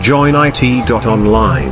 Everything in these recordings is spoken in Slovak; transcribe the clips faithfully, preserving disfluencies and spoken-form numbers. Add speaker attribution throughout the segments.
Speaker 1: join I T dot online.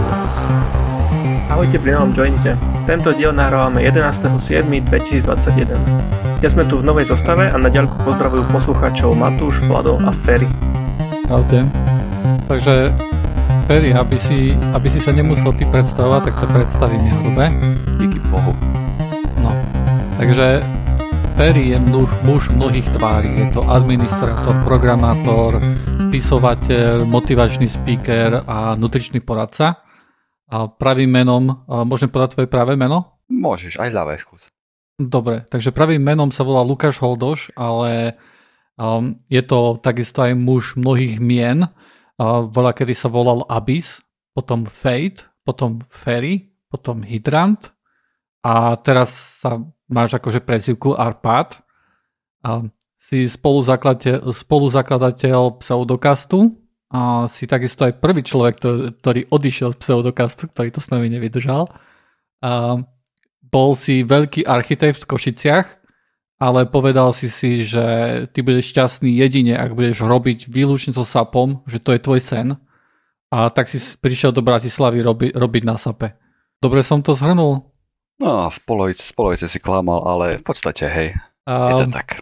Speaker 2: Ahojte pri novom jointe. Tento diel nahrávame jedenásteho júla dvetisícdvadsaťjeden. Dnes sme tu v novej zostave a na diaľku pozdravujú poslucháčov Matúš, Vlado a Ferry.
Speaker 3: Ahojte. Takže Ferry, aby si, aby si sa nemusel ty predstavovať, tak to predstavím ja, dobre?
Speaker 4: Díky Bohu.
Speaker 3: No, takže Ferry je muž, muž mnohých tvári. Je to administrátor, programátor, spisovateľ, motivačný speaker a nutričný poradca. A pravým menom, môžem povedať tvoje pravé meno?
Speaker 4: Môžeš, aj ľavé skús.
Speaker 3: Dobre, takže pravým menom sa volá Lukáš Holdoš, ale um, je to takisto aj muž mnohých mien. Uh, volá, kedy sa volal Abyss, potom Fate, potom Ferry, potom Hydrant a teraz sa máš akože prezývku Arpad. Uh, si spoluzakladateľ, spoluzakladateľ Pseudokastu a si takisto aj prvý človek, ktorý odišiel z Pseudokastu, ktorý to s nami nevydržal. Uh, bol si veľký architekt v Košiciach, ale povedal si si, že ty budeš šťastný jedine, ak budeš robiť výlučne so sapom, že to je tvoj sen. A tak si prišiel do Bratislavy robi, robiť na sape. Dobre som to zhrnul?
Speaker 4: No, v polovici, v polovici si klamal, ale v podstate, hej,
Speaker 3: a,
Speaker 4: je to tak.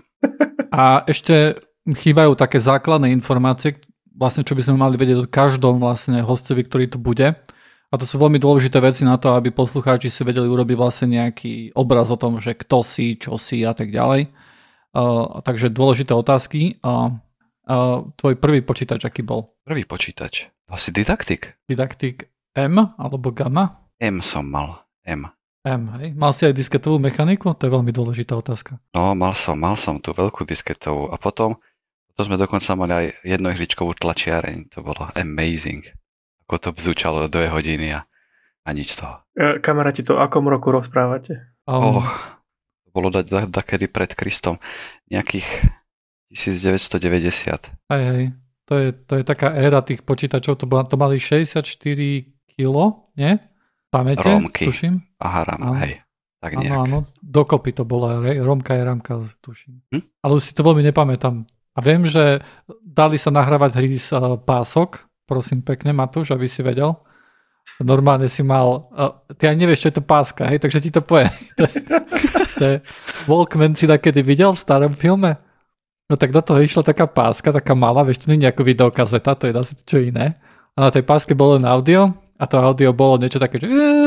Speaker 3: A ešte chýbajú také základné informácie, vlastne čo by sme mali vedieť o každom vlastne hostovi, ktorý tu bude. A to sú veľmi dôležité veci na to, aby poslucháči si vedeli urobiť vlastne nejaký obraz o tom, že kto si, čo si a tak ďalej. Uh, takže dôležité otázky. Uh, uh, tvoj prvý počítač, aký bol?
Speaker 4: Prvý počítač. Asi Didaktik.
Speaker 3: Didaktik M alebo Gamma?
Speaker 4: M som mal. M.
Speaker 3: M, hej. Mal si aj disketovú mechaniku? To je veľmi dôležitá otázka.
Speaker 4: No, mal som, mal som tú veľkú disketovú. A potom, potom sme dokonca mali aj jednoihličkovú tlačiareň. To bolo amazing. Ako to bzúčalo dve hodiny a, a nič z toho.
Speaker 2: E, kamaráti, to o akom roku rozprávate?
Speaker 3: Um,
Speaker 4: oh, to bolo da, da, da kedy pred Kristom. Nejakých devätnásťstodeväťdesiat.
Speaker 3: Hej, hej. To je, to je taká éra tých počítačov. To, bola, to mali šesťdesiatštyri kilogramov, nie? Pamäte?
Speaker 4: Rómky.
Speaker 3: Tuším.
Speaker 4: Aha, RAM, hej. Tak nejak.
Speaker 3: Áno, áno. Dokopy to bola. Rómka je rámka, tuším.
Speaker 4: Hm?
Speaker 3: Ale už si to veľmi nepamätám. A viem, že dali sa nahrávať hry z uh, pások. Prosím pekne, Matúš, aby si vedel. Normálne si mal... Uh, ty aj nevieš, čo je to páska, hej? Takže ti to povie. to je, to je, Walkman si takedy videl v starom filme? No tak do toho išla taká páska, taká malá, vieš, to nie je ako videokazeta, to je asi čo iné. A na tej páske bolo len audio a to audio bolo niečo také, že...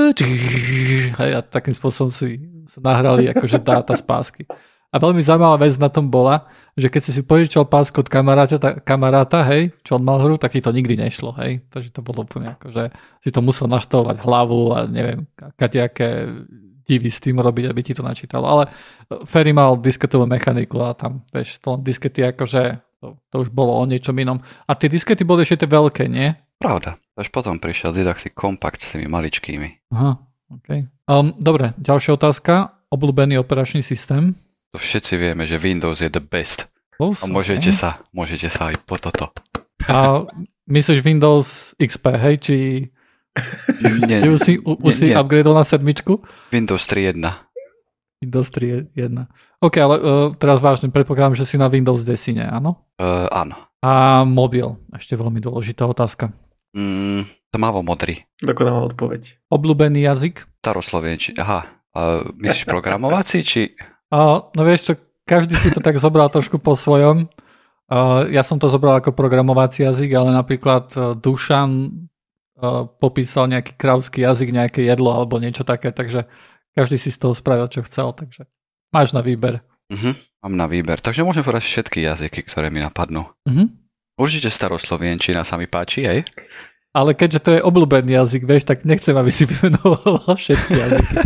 Speaker 3: Hej, a takým spôsobom si sa nahrali akože dáta z pásky. A veľmi zaujímavá vec na tom bola, že keď si si požičal pásku od kamaráta, ta, kamaráta, hej, čo on mal hru, tak ti to nikdy nešlo, hej. Takže to bolo úplne ako, že si to musel naštavovať hlavu a neviem, kadejaké divy s tým robiť, aby ti to načítalo. Ale Ferry mal disketovú mechaniku a tam, vieš, to diskety akože, to, to už bolo o niečom inom. A tie diskety boli ešte tie veľké, nie?
Speaker 4: Pravda. Až potom prišiel Didaktik Compact s tými maličkými.
Speaker 3: Aha, okej. Okay. Um, dobre, ďalšia otázka. Obľúbený operačný systém?
Speaker 4: To všetci vieme, že Windows je the best.
Speaker 3: Plus,
Speaker 4: a môžete
Speaker 3: okay.
Speaker 4: sa, môžete sa aj po toto.
Speaker 3: A myslíš Windows iks pé, hej? Či
Speaker 4: nie,
Speaker 3: si už si, už si upgradeol na sedmičku?
Speaker 4: Windows tri bodka jedna.
Speaker 3: Windows tri bodka jedna. OK, ale uh, teraz vážne predpokladám, že si na Windows desine, áno?
Speaker 4: Uh, áno.
Speaker 3: A mobil, ešte veľmi dôležitá otázka.
Speaker 4: Mm, tmavo modrý.
Speaker 2: Dokonalá odpoveď.
Speaker 3: Obľúbený jazyk?
Speaker 4: Staroslovenčí. Aha, uh, myslíš programovací, či...
Speaker 3: Uh, no vieš čo, každý si to tak zobral trošku po svojom. Uh, ja som to zobral ako programovací jazyk, ale napríklad uh, Dušan uh, popísal nejaký kravský jazyk, nejaké jedlo alebo niečo také, takže každý si z toho spravil, čo chcel, takže máš na výber.
Speaker 4: Uh-huh, mám na výber, takže môžem povedať všetky jazyky, ktoré mi napadnú.
Speaker 3: Uh-huh.
Speaker 4: Určite staroslovenčina sa mi páči, hej?
Speaker 3: Ale keďže to je obľúbený jazyk, vieš, tak nechcem, aby si vymenoval všetky jazyky.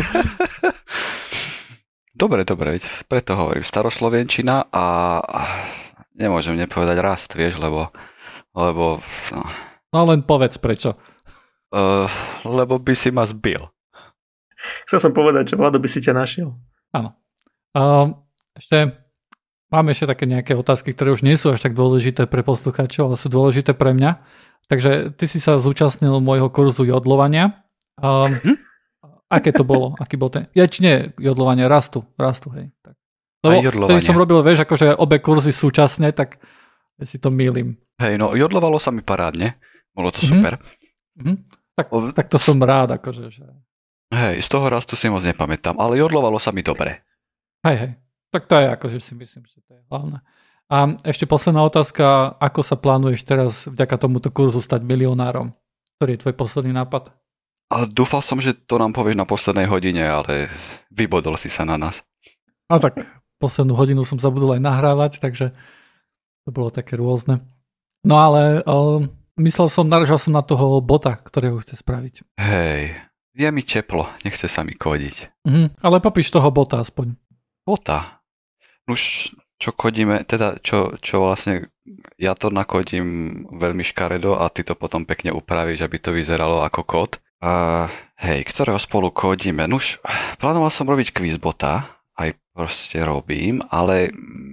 Speaker 4: Dobre, dobre, preto hovorím staroslovenčina a nemôžem nepovedať rast, vieš, lebo... lebo no,
Speaker 3: no len povedz prečo.
Speaker 4: Uh, lebo by si ma zbil.
Speaker 2: Chcel som povedať, že Vlado by si ťa našiel.
Speaker 3: Áno. Um, ešte máme ešte také nejaké otázky, ktoré už nie sú až tak dôležité pre poslucháčov, ale sú dôležité pre mňa. Takže ty si sa zúčastnil môjho kurzu jodlovania. Um, hm? Aké to bolo? Aký bol ten? Ja či nie jodlovanie, rastu. Rastu, hej. Tak. Lebo vtedy som robil, vieš, akože obe kurzy súčasne, tak ja si to mýlim.
Speaker 4: Hej, no jodlovalo sa mi parádne. Bolo to super.
Speaker 3: Mm-hmm. Tak, o... tak to som rád. Akože, že...
Speaker 4: Hej, z toho rastu si moc nepamätám, ale jodlovalo sa mi dobre.
Speaker 3: Hej, hej. Tak to je akože si myslím, že to je hlavné. A ešte posledná otázka, ako sa plánuješ teraz vďaka tomuto kurzu stať milionárom? Ktorý je tvoj posledný nápad?
Speaker 4: A dúfal som, že to nám povieš na poslednej hodine, ale vybodol si sa na nás.
Speaker 3: A tak poslednú hodinu som zabudol aj nahrávať, takže to bolo také rôzne. No ale uh, myslel som, naražal som na toho bota, ktorého chce spraviť.
Speaker 4: Hej, je mi teplo, nechce sa mi kodiť.
Speaker 3: Mhm, ale popíš toho bota aspoň.
Speaker 4: Bota? Už čo kodíme, teda čo, čo vlastne ja to nakodím veľmi škaredo a ty to potom pekne upravíš, aby to vyzeralo ako kód. A hej, ktorého spolu kodíme? Nuž, plánoval som robiť quizbota, aj proste robím, ale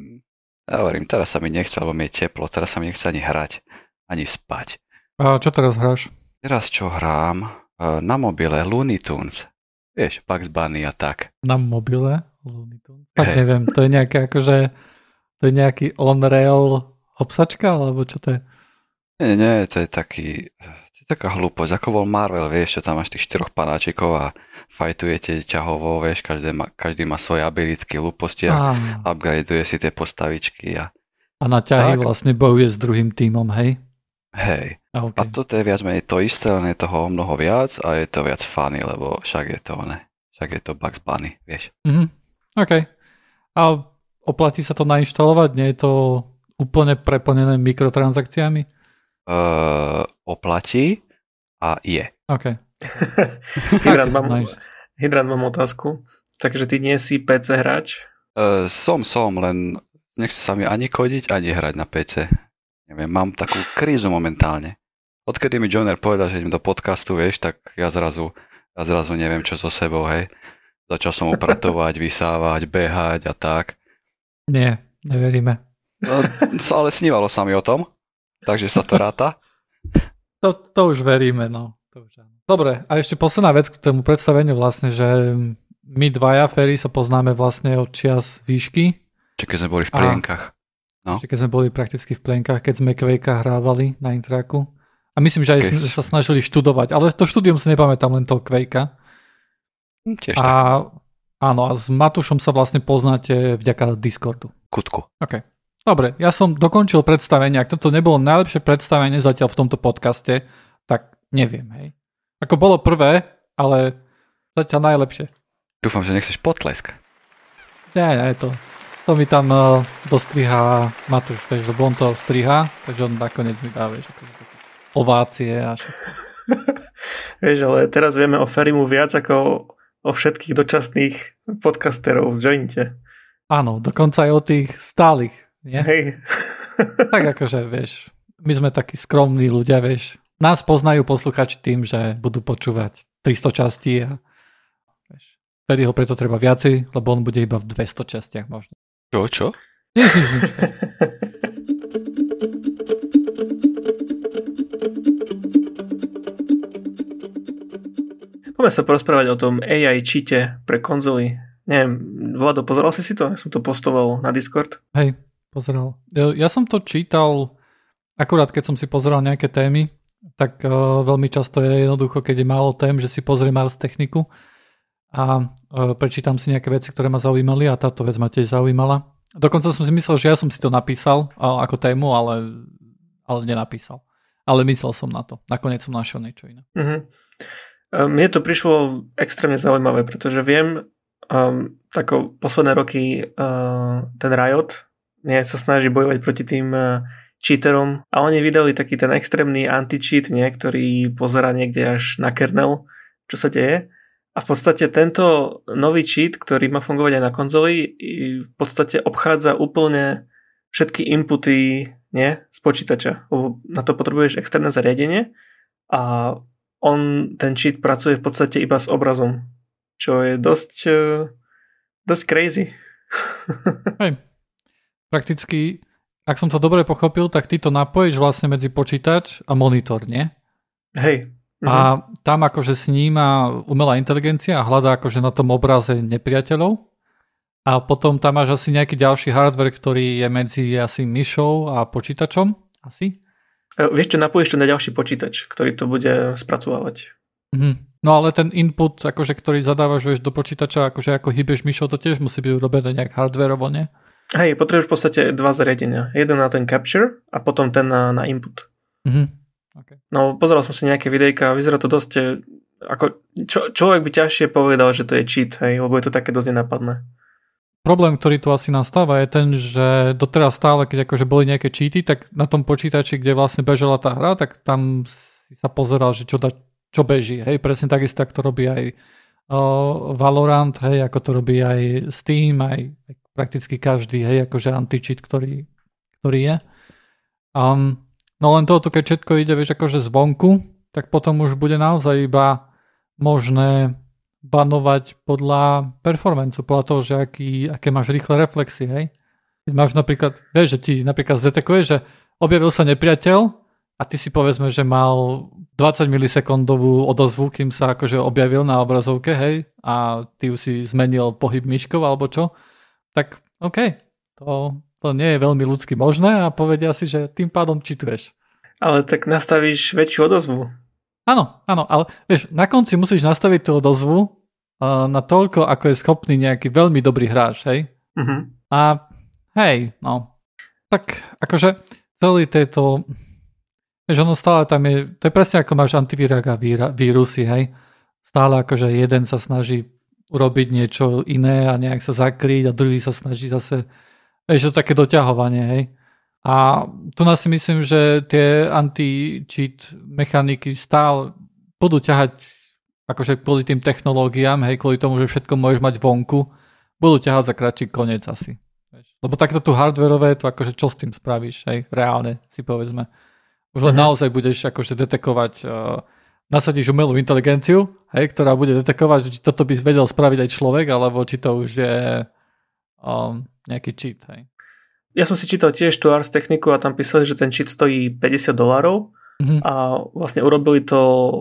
Speaker 4: ja hovorím, teraz sa mi nechce, lebo mi je teplo, teraz sa mi nechce ani hrať, ani spať.
Speaker 3: A čo teraz hráš?
Speaker 4: Teraz čo hrám? Na mobile Looney Tunes. Vieš, Bugs Bunny a tak.
Speaker 3: Na mobile Looney Tunes? Tak hey. Neviem, to je nejaké akože, to je nejaký on-rail hopsačka, alebo čo to je?
Speaker 4: Nie, nie, to je taký, to je taká hlúposť, ako bol Marvel, vieš, čo tam máš tých štyroch panáčikov a fajtujete ťahovo, vieš, každý má, každý má svoje abilitky, hlúposti a ah. upgradeuje si tie postavičky. A,
Speaker 3: a na ťahy tak vlastne bojuje s druhým tímom, hej?
Speaker 4: Hej.
Speaker 3: A, okay.
Speaker 4: A toto je viac menej to isté, len je toho o mnoho viac a je to viac funny, lebo však je to ne, však je to Bugs Bunny, vieš.
Speaker 3: Mhm, OK. A oplatí sa to nainštalovať? Nie je to úplne preplnené mikrotransakciami?
Speaker 4: Uh, oplatí a je.
Speaker 3: OK.
Speaker 2: Hydrant, mám, Hydrant, mám otázku. Takže ty nie si pé cé hráč?
Speaker 4: Uh, som, som, len nechce sa mi ani kodiť, ani hrať na pé cé. Neviem, mám takú krízu momentálne. Odkedy mi Joner povedal, že idem do podcastu, vieš, tak ja zrazu, ja zrazu neviem, čo so sebou, hej. Začal som upratovať, vysávať, behať a tak.
Speaker 3: Nie, neveríme.
Speaker 4: No, ale snívalo sa mi o tom, takže sa to ráta.
Speaker 3: To, to už veríme, no. To už áno. Dobre, a ešte posledná vec k tomu predstaveniu vlastne, že my dvaja, Ferry, sa poznáme vlastne od čias výšky.
Speaker 4: Čiže keď sme boli v plienkach.
Speaker 3: No. Keď sme boli prakticky v plienkach, keď sme Quakea hrávali na Intraku. A myslím, že aj sme sa snažili študovať, ale to štúdium si nepamätám, len toho Quakea.
Speaker 4: Tiež
Speaker 3: a,
Speaker 4: tak.
Speaker 3: Áno, a s Matúšom sa vlastne poznáte vďaka Discordu.
Speaker 4: Kutku.
Speaker 3: OK. Dobre, ja som dokončil predstavenie. Ak toto nebolo najlepšie predstavenie zatiaľ v tomto podcaste, tak neviem, hej. Ako bolo prvé, ale zatiaľ najlepšie.
Speaker 4: Dúfam, že nechceš potlesk.
Speaker 3: Nie, nie, to... To mi tam uh, dostrihá Matúš, vieš, lebo on to strihá, takže on nakoniec mi dá, vieš, akože ovácie a všetko.
Speaker 2: Vieš, ale teraz vieme o Ferimu viac ako o všetkých dočasných podcasterov v Jointe.
Speaker 3: Áno, dokonca aj o tých stálych, nie?
Speaker 2: Hej.
Speaker 3: Tak akože, vieš, my sme takí skromní ľudia, vieš. Nás poznajú posluchači tým, že budú počúvať tristo častí a vieš, Feri ho preto treba viacej, lebo on bude iba v dvesto častiach možno.
Speaker 4: Čo, čo?
Speaker 3: Nič, nič, nič.
Speaker 2: Poďme sa porozprávať o tom á í cheate pre konzoly. Neviem, Vlado, pozeral si si to? Ja som to postoval na Discord.
Speaker 3: Hej, pozeral. Ja som to čítal, akurát keď som si pozeral nejaké témy, tak uh, veľmi často je jednoducho, keď je málo tém, že si pozriem Ars Techniku a uh, prečítam si nejaké veci, ktoré ma zaujímali a táto vec ma tiež zaujímala. Dokonca som si myslel, že ja som si to napísal uh, ako tému, ale, ale nenapísal. Ale myslel som na to. Nakoniec som našiel niečo iné.
Speaker 2: Uh-huh. Mne to prišlo extrémne zaujímavé, pretože viem, um, tako posledné roky uh, ten Riot nie, sa snaží bojovať proti tým uh, cheaterom a oni vydali taký ten extrémny anti-cheat, nie, ktorý pozerá niekde až na kernel, čo sa deje. A v podstate tento nový cheat, ktorý má fungovať aj na konzoli, v podstate obchádza úplne všetky inputy, nie, z počítača. Na to potrebuješ externé zariadenie a on, ten cheat pracuje v podstate iba s obrazom, čo je dosť, dosť crazy.
Speaker 3: Hej. Prakticky, ak som to dobre pochopil, tak ty to napojíš vlastne medzi počítač a monitor, nie?
Speaker 2: Hej. Mhm.
Speaker 3: A tam akože sníma umelá inteligencia a hľadá akože na tom obraze nepriateľov. A potom tam máš asi nejaký ďalší hardware, ktorý je medzi asi myšou a počítačom. Asi.
Speaker 2: Vieš čo, napojíš to na ďalší počítač, ktorý to bude spracovávať.
Speaker 3: Mhm. No ale ten input, akože, ktorý zadávaš vieš, do počítača, akože ako hýbeš myšou, to tiež musí byť urobené nejak hardwareovo, nie?
Speaker 2: Hej, potrebuješ v podstate dva zariadenia. Jeden na ten capture a potom ten na, na input.
Speaker 3: Mhm. Okay.
Speaker 2: No, pozeral som si nejaké videjka a vyzerá to dosť, ako čo, človek by ťažšie povedal, že to je cheat, hej, lebo je to také dosť nenápadné.
Speaker 3: Problém, ktorý tu asi nastáva, je ten, že doteraz stále, keď akože boli nejaké cheaty, tak na tom počítači, kde vlastne bežala tá hra, tak tam si sa pozeral, že čo, da, čo beží. Hej, presne takisto, ako to robí aj uh, Valorant, hej, ako to robí aj Steam, aj, aj prakticky každý, hej, akože anti-cheat, ktorý, ktorý je. Um, no len toto, keď všetko ide, vieš, akože zvonku, tak potom už bude naozaj iba možné banovať podľa performancu, podľa toho, že aký, aké máš rýchle reflexy, hej. Keď máš napríklad, vieš, že ti napríklad zdetekuje, že objavil sa nepriateľ a ty si povedzme, že mal dvadsať milisekundovú odozvu, kým sa akože objavil na obrazovke, hej, a ty už si zmenil pohyb myškov alebo čo, tak OK, to, to nie je veľmi ľudsky možné a povedia si, že tým pádom cheatuješ.
Speaker 2: Ale tak nastavíš väčšiu odozvu.
Speaker 3: Áno, áno, ale vieš, na konci musíš nastaviť tú odozvu uh, na toľko, ako je schopný nejaký veľmi dobrý hráč, hej?
Speaker 2: Uh-huh.
Speaker 3: A hej, no. Tak akože celý tejto, vieš, ono stále tam je, to je presne ako máš antivírák a víra, vírusy, hej? Stále akože jeden sa snaží urobiť niečo iné a nejak sa zakryť a druhý sa snaží zase, vieš, to také doťahovanie, hej? A tu nás si myslím, že tie anti-cheat mechaniky stále budú ťahať akože kvôli tým technológiám, hej, kvôli tomu, že všetko môžeš mať vonku, budú ťahať za kratší koniec asi. Lebo takto tu hardwareové, to akože čo s tým spravíš, hej, reálne si povedzme. Už len mm-hmm. naozaj budeš akože detekovať, uh, nasadíš umelú inteligenciu, hej, ktorá bude detekovať, či toto by vedel spraviť aj človek, alebo či to už je um, nejaký cheat, hej.
Speaker 2: Ja som si čítal tiež tú Ars Techniku a tam písali, že ten cheat stojí päťdesiat dolárov mm-hmm. a vlastne urobili to,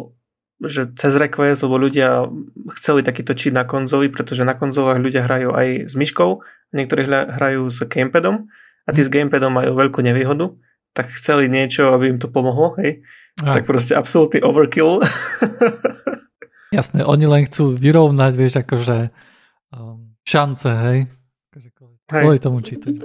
Speaker 2: že cez request, lebo ľudia chceli takýto cheat na konzoli, pretože na konzolách ľudia hrajú aj s myškou, niektorí hrajú s gamepadom a tí mm-hmm. s gamepadom majú veľkú nevýhodu, tak chceli niečo, aby im to pomohlo, hej. Aj. Tak proste absolútny overkill.
Speaker 3: Jasné, oni len chcú vyrovnať, vieš, akože um, šance, hej. Akože kvôli tomu cheatujú.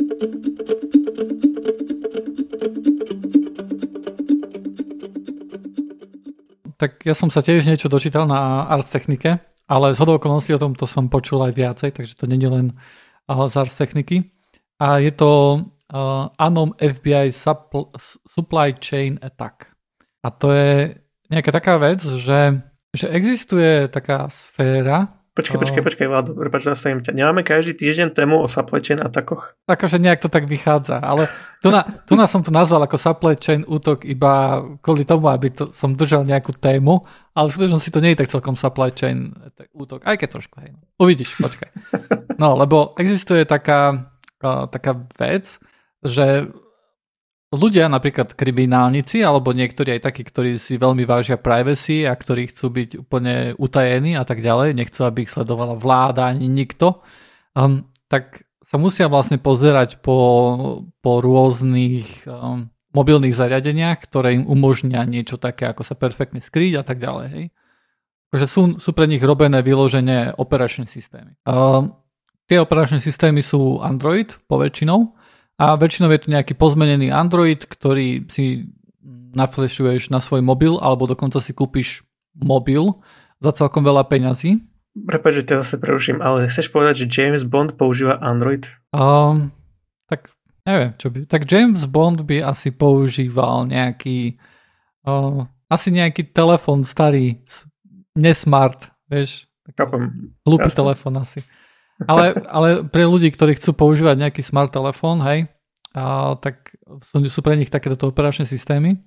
Speaker 3: Tak ja som sa tiež niečo dočítal na Ars Technike, ale z hodou okolností o tomto som počul aj viacej, takže to nie je len uh, z Ars Techniky. A je to uh, Anom ef bí aj Supl- Supply Chain Attack. A to je nejaká taká vec, že, že existuje taká sféra.
Speaker 2: Počkaj, počkaj, počkaj, Vlado, prepáč, zastavím ťa. Nemáme každý týždeň tému o supply chain atakoch?
Speaker 3: Akože nejak to tak vychádza, ale tu, na, tu nás som to nazval ako supply chain útok iba kvôli tomu, aby to, som držal nejakú tému, ale v skutočnosti to nie je tak celkom supply chain útok, aj keď trošku, hej. Uvidíš, počkaj. No, lebo existuje taká, uh, taká vec, že ľudia, napríklad kriminálnici, alebo niektorí aj takí, ktorí si veľmi vážia privacy a ktorí chcú byť úplne utajení a tak ďalej, nechcú, aby ich sledovala vláda ani nikto, um, tak sa musia vlastne pozerať po, po rôznych um, mobilných zariadeniach, ktoré im umožnia niečo také, ako sa perfektne skryť a tak ďalej. Hej. Takže sú, sú pre nich robené vyložené operačné systémy. Um, tie operačné systémy sú Android poväčšinou, a väčšinou je to nejaký pozmenený Android, ktorý si naflešuješ na svoj mobil, alebo dokonca si kúpiš mobil za celkom veľa peňazí.
Speaker 2: Prepáč, že ťa zase preruším, ale chceš povedať, že James Bond používa Android?
Speaker 3: Um, tak neviem, čo by... Tak James Bond by asi používal nejaký uh, asi nejaký telefón starý, nesmart, vieš? Hlúpy telefón asi. Ale, ale pre ľudí, ktorí chcú používať nejaký smart telefón, hej, a, tak sú, sú pre nich takéto operačné systémy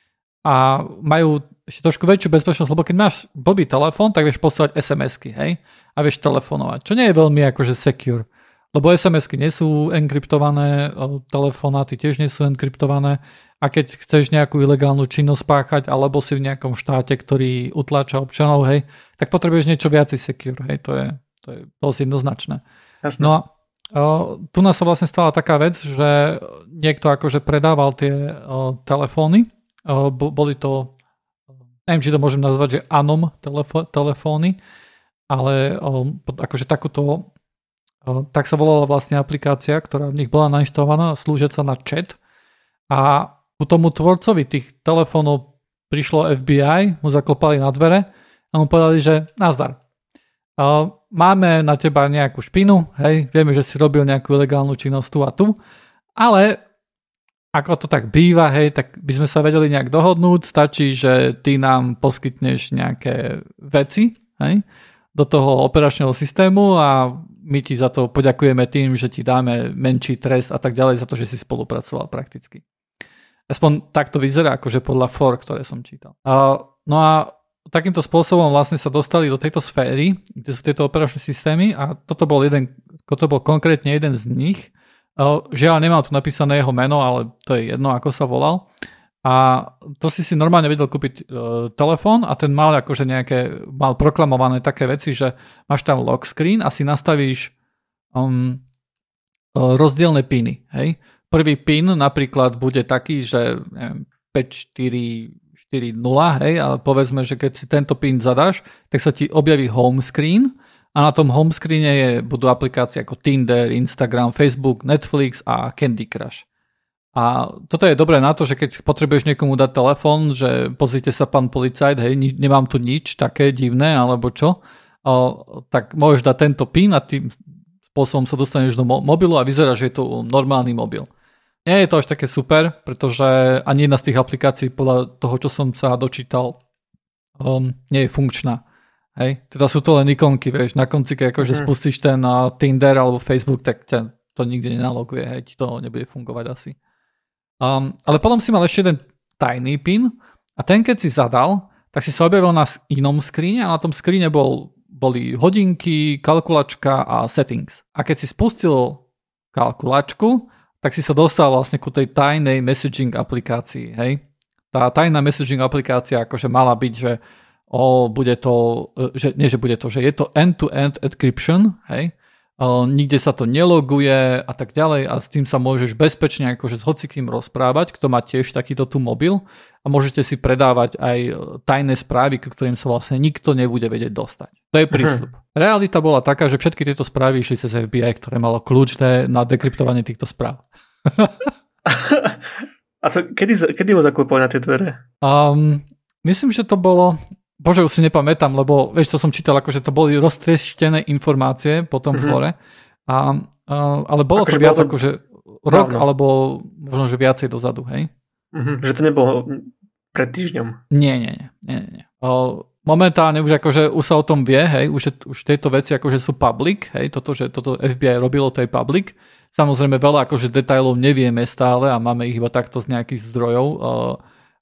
Speaker 3: a majú ešte trošku väčšiu bezpečnosť, lebo keď máš blbý telefón, tak vieš posielať es em esky, hej, a vieš telefonovať, čo nie je veľmi akože secure, lebo es em esky nie sú enkryptované, telefonáty tiež nie sú enkryptované a keď chceš nejakú ilegálnu činnosť páchať, alebo si v nejakom štáte, ktorý utláča občanov, hej, tak potrebuješ niečo viac secure, hej, to je To je dosť jednoznačné.
Speaker 2: Jasne.
Speaker 3: No a tu nás sa vlastne stala taká vec, že niekto akože predával tie telefóny. Boli to, neviem, či to môžem nazvať, že Anom telefo- telefóny, ale akože takúto, tak sa volala vlastne aplikácia, ktorá v nich bola nainštalovaná, slúžiaca na chat. A ku tomu tvorcovi tých telefónov prišlo ef bí aj, mu zaklopali na dvere a mu povedali, že nazdar. Máme na teba nejakú špinu, hej, vieme, že si robil nejakú ilegálnu činnosť tu a tu, ale ako to tak býva, hej, tak by sme sa vedeli nejak dohodnúť, stačí, že ty nám poskytneš nejaké veci, hej, do toho operačného systému a my ti za to poďakujeme tým, že ti dáme menší trest a tak ďalej za to, že si spolupracoval prakticky. Aspoň takto vyzerá, akože podľa for, ktoré som čítal. No a takýmto spôsobom vlastne sa dostali do tejto sféry, kde sú tieto operačné systémy a toto bol jeden, toto bol konkrétne jeden z nich. Žiaľ, nemám tu napísané jeho meno, ale to je jedno, ako sa volal. A to si si normálne vedel kúpiť e, telefón a ten mal akože nejaké, mal proklamované také veci, že máš tam lock screen a si nastavíš um, rozdielne piny. Hej? Prvý pin napríklad bude taký, že neviem, päť štyri štyri nula, hej, ale povedzme, že keď si tento pin zadáš, tak sa ti objaví home screen a na tom home screene je, budú aplikácie ako Tinder, Instagram, Facebook, Netflix a Candy Crush. A toto je dobré na to, že keď potrebuješ niekomu dať telefón, že pozrite sa pán policajt, hej, nemám tu nič také divné, alebo čo, o, tak môžeš dať tento pin a tým spôsobom sa dostaneš do mo- mobilu a vyzerá, že je to normálny mobil. Nie je to až také super, pretože ani jedna z tých aplikácií podľa toho, čo som sa dočítal, um, nie je funkčná. Hej? Teda sú to len ikonky, vieš, na konci, keď akože mm. spustíš ten uh, Tinder alebo Facebook, tak ťa to nikde nenaloguje, hej, ti to nebude fungovať asi. Um, ale potom si mal ešte jeden tajný pin a ten, keď si zadal, tak si sa objavil na inom skríne a na tom skríne bol, boli hodinky, kalkulačka a settings. A keď si spustil kalkulačku, tak si sa dostal vlastne ku tej tajnej messaging aplikácii, hej. Tá tajná messaging aplikácia akože mala byť, že o, bude to, že, nie, že bude to, že je to end-to-end encryption, hej. O, nikde sa to neloguje a tak ďalej a s tým sa môžeš bezpečne akože s hocikým rozprávať, kto má tiež takýto tu mobil a môžete si predávať aj tajné správy, k ktorým sa vlastne nikto nebude vedieť dostať. To je prísľub. Uh-huh. Realita bola taká, že všetky tieto správy išli cez ef bí aj, ktoré malo kľúč na dekryptovanie týchto správ.
Speaker 2: A to, kedy, kedy ho zakúpali na tie dvere?
Speaker 3: Um, myslím, že to bolo, bože, už si nepamätám, lebo vieš, to som čítal, akože to boli roztrieštené informácie po tom mm-hmm. fóre, a, uh, ale bolo ako to viac to... akože rok, no, no. alebo možno, že viacej dozadu, hej? Mm-hmm.
Speaker 2: Že to nebolo pred týždňom?
Speaker 3: Nie, nie, nie. nie, nie. Uh, momentálne už akože už sa o tom vie, hej, už, už tieto veci akože sú public, hej, toto, že toto ef bí aj robilo, to je public. Samozrejme veľa akože detailov nevieme stále a máme ich iba takto z nejakých zdrojov, uh,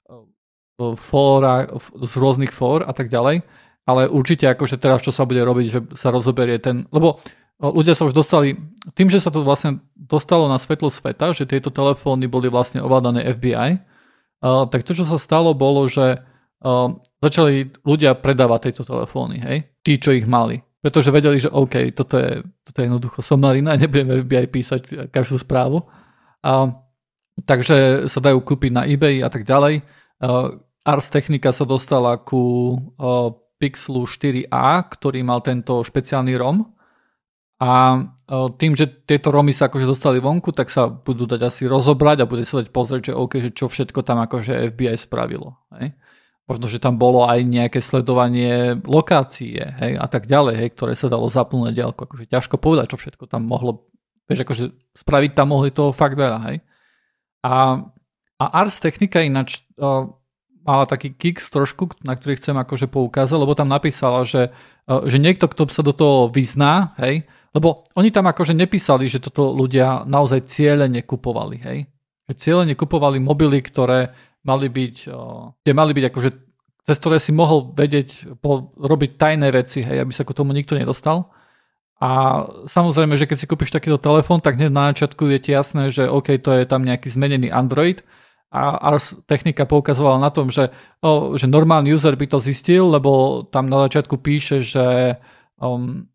Speaker 3: fóra, z rôznych fór a tak ďalej, ale určite akože teraz čo sa bude robiť, že sa rozoberie ten, lebo ľudia sa už dostali, tým, že sa to vlastne dostalo na svetlo sveta, že tieto telefóny boli vlastne ovládané ef bí aj, uh, tak to, čo sa stalo, bolo, že uh, začali ľudia predávať tieto telefóny, hej, tí, čo ich mali. Pretože vedeli, že OK, toto je, toto je jednoducho somarina, nebudeme ef bí aj písať každú správu. A, takže sa dajú kúpiť na eBay a tak ďalej. Uh, Ars Technica sa dostala ku uh, Pixelu štyri á, ktorý mal tento špeciálny ROM. A uh, tým, že tieto ROMy sa akože dostali vonku, tak sa budú dať asi rozobrať a bude sa dať pozrieť, že OK, že čo všetko tam akože ef bí aj spravilo. Hej? Možno, že tam bolo aj nejaké sledovanie lokácie, hej, a tak ďalej, hej, ktoré sa dalo zapnúť na diaľku. Akože ťažko povedať, čo všetko tam mohlo, vieš, akože spraviť tam mohli toho fakt veľa, hej. A, a Ars Technica ináč uh, mala taký kicks trošku, na ktorý chcem akože poukázať, lebo tam napísala, že, uh, že niekto, kto sa do toho vyzná, hej, lebo oni tam akože nepísali, že toto ľudia naozaj cieľene kupovali, hej. Že cieľene kupovali mobily, ktoré mali byť, kde mali byť akože, cez ktoré si mohol vedieť, po, robiť tajné veci, hej, aby sa ku tomu nikto nedostal. A samozrejme, že keď si kúpiš takýto telefón, tak hneď na začiatku je ti jasné, že OK, to je tam nejaký zmenený Android a Ars Technica poukazovala na tom, že, oh, že normálny user by to zistil, lebo tam na začiatku píše, že um,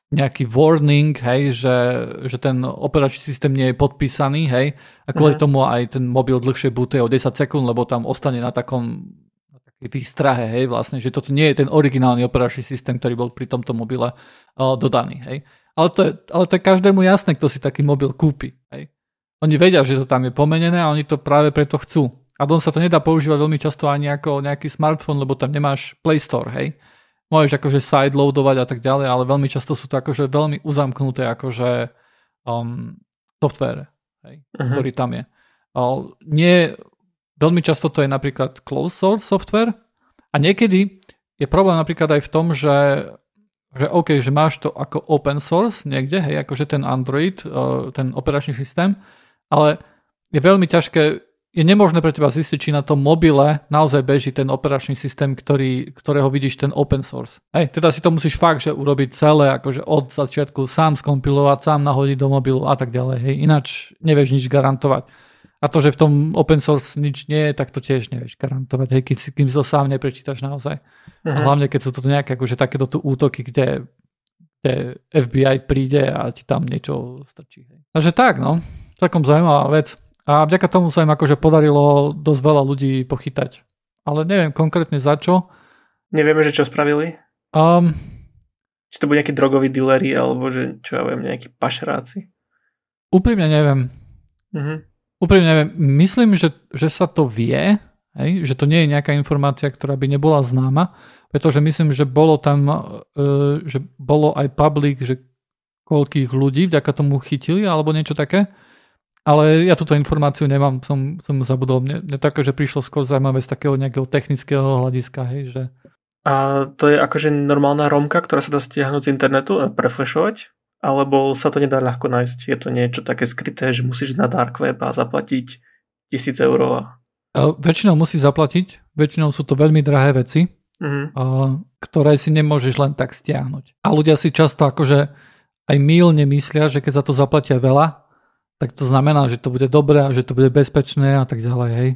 Speaker 3: nejaký warning, hej, že, že ten operačný systém nie je podpísaný, hej, a kvôli uh-huh. tomu aj ten mobil dlhšie bootuje o desať sekúnd, lebo tam ostane na takom na takej výstrahe, hej, vlastne, že toto nie je ten originálny operačný systém, ktorý bol pri tomto mobile uh, dodaný, hej. Ale to, je, ale to je každému jasné, kto si taký mobil kúpi, hej. Oni vedia, že to tam je pomenené a oni to práve preto chcú. A dom sa to nedá používať veľmi často ani ako nejaký smartfón, lebo tam nemáš Play Store, hej. Môžeš akože sideloadovať a tak ďalej, ale veľmi často sú to akože veľmi uzamknuté akože um, software, hej, uh-huh. ktorý tam je. Uh, nie, veľmi často to je napríklad closed source software a niekedy je problém napríklad aj v tom, že že OK, že máš to ako open source niekde, hej, akože ten Android, uh, ten operačný systém, ale je veľmi ťažké, je nemožné pre teba zistiť, či na tom mobile naozaj beží ten operačný systém, ktorý, ktorého vidíš ten open source. Hej, teda si to musíš fakt, že urobiť celé, akože od začiatku sám skompilovať, sám nahodiť do mobilu a tak ďalej, hej, ináč nevieš nič garantovať. A to, že v tom open source nič nie je, tak to tiež nevieš garantovať, hej, keď si, kým si to sám neprečítaš naozaj. Uh-huh. A hlavne, keď sú to nejaké akože takéto tu útoky, kde, kde ef bí aj príde a ti tam niečo strčí. Hej. Takže tak, no, takom zaujímavá vec. A vďaka tomu sa im akože podarilo dosť veľa ľudí pochytať. Ale neviem konkrétne za čo.
Speaker 2: Nevieme, že čo spravili?
Speaker 3: Um,
Speaker 2: Či to boli nejakí drogoví dealeri, alebo že, čo ja viem, nejakí pašeráci?
Speaker 3: Úprimne neviem.
Speaker 2: Uh-huh.
Speaker 3: Úprimne neviem. Myslím, že, že sa to vie, hej? Že to nie je nejaká informácia, ktorá by nebola známa, pretože myslím, že bolo tam, uh, že bolo aj public, že koľkých ľudí vďaka tomu chytili, alebo niečo také. Ale ja túto informáciu nemám, som, som zabudol. Mne, mne také, že prišlo skôr zaujímavé z takého nejakého technického hľadiska. Hej, že...
Speaker 2: A to je akože normálna romka, ktorá sa dá stiahnuť z internetu a preflashovať? Alebo sa to nedá ľahko nájsť? Je to niečo také skryté, že musíš na dark web a zaplatiť tisíc eur? A...
Speaker 3: A väčšinou musíš zaplatiť. Väčšinou sú to veľmi drahé veci, uh-huh. a, ktoré si nemôžeš len tak stiahnuť. A ľudia si často akože aj mylne myslia, že keď za to zaplatia veľa, tak to znamená, že to bude dobré a že to bude bezpečné a tak ďalej, hej.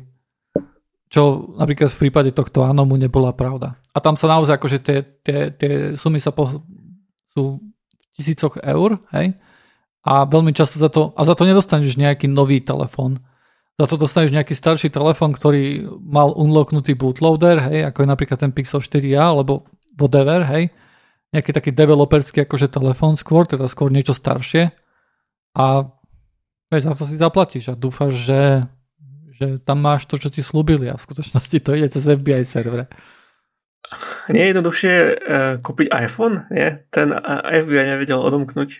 Speaker 3: Čo napríklad v prípade tohto Anomu nebola pravda. A tam sa naozaj akože tie, tie, tie sumy sa po, sú v tisícoch eur, hej. A veľmi často za to, a za to nedostaneš nejaký nový telefón. Za to dostaneš nejaký starší telefón, ktorý mal unlocknutý bootloader, hej, ako je napríklad ten Pixel štyri a, alebo whatever, hej. Nejaký taký developerský akože telefón skôr, teda skôr niečo staršie. A veď za to si zaplatíš a dúfaš, že, že tam máš to, čo ti slúbili a v skutočnosti to ide cez ef bí aj servere.
Speaker 2: Nie je jednoduchšie uh, kúpiť iPhone? Nie? Ten uh, ef bí aj nevedel odomknúť.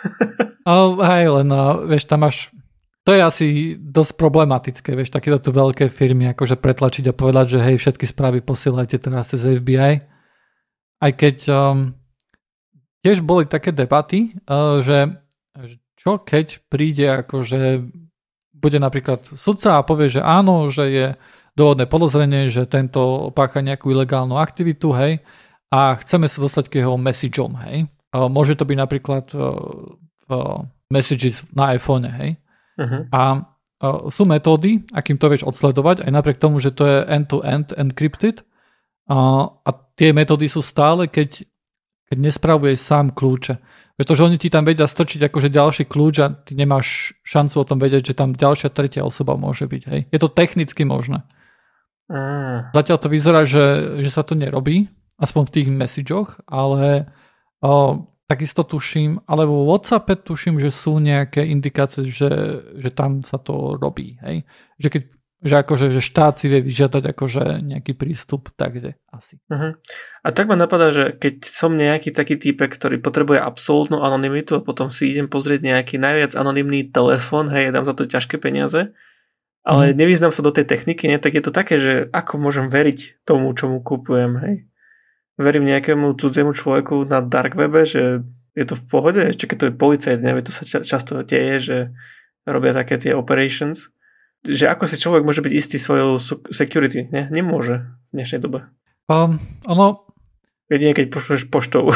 Speaker 3: Oh, hej, len uh, vieš, tam máš, to je asi dosť problematické, vieš, takéto tu veľké firmy akože pretlačiť a povedať, že hej, všetky správy posielajte teraz cez ef bí aj. Aj keď um, tiež boli také debaty, uh, že čo keď príde akože bude napríklad sudca a povie, že áno, že je dôvodné podozrenie, že tento pácha nejakú ilegálnu aktivitu, hej, a chceme sa dostať k jeho messageom, hej. A môže to byť napríklad v messages na iPhone, hej. Uh-huh. A sú metódy, akým to vieš odsledovať, aj napriek tomu, že to je end-to-end encrypted. A, a tie metódy sú stále, keď, keď nespravuješ sám kľúče. Pretože oni ti tam vedia strčiť akože ďalší kľúč a ty nemáš šancu o tom vedieť, že tam ďalšia tretia osoba môže byť. Hej. Je to technicky možné. Mm. Zatiaľ to vyzerá, že, že sa to nerobí, aspoň v tých messageoch, ale o, takisto tuším, alebo vo WhatsAppe tuším, že sú nejaké indikácie, že, že tam sa to robí. Hej. Že keď že akože že štát si vie vyžiadať akože nejaký prístup, takže asi. Uh-huh.
Speaker 2: A tak ma napadá, že keď som nejaký taký týpek, ktorý potrebuje absolútnu anonymitu a potom si idem pozrieť nejaký najviac anonymný telefón, hej, dám za to ťažké peniaze, ale uh-huh. nevyznám sa do tej techniky, ne, tak je to také, že ako môžem veriť tomu, čomu kúpujem, hej. Verím nejakému cudziemu človeku na dark webe, že je to v pohode, ešte keď to je policajt, nevie, to sa ča- často deje, že robia také tie operations. Že ako si človek môže byť istý svojou security, ne? Nemôže v dnešnej dobe.
Speaker 3: Um, ono...
Speaker 2: Jedine, keď pošleš poštou.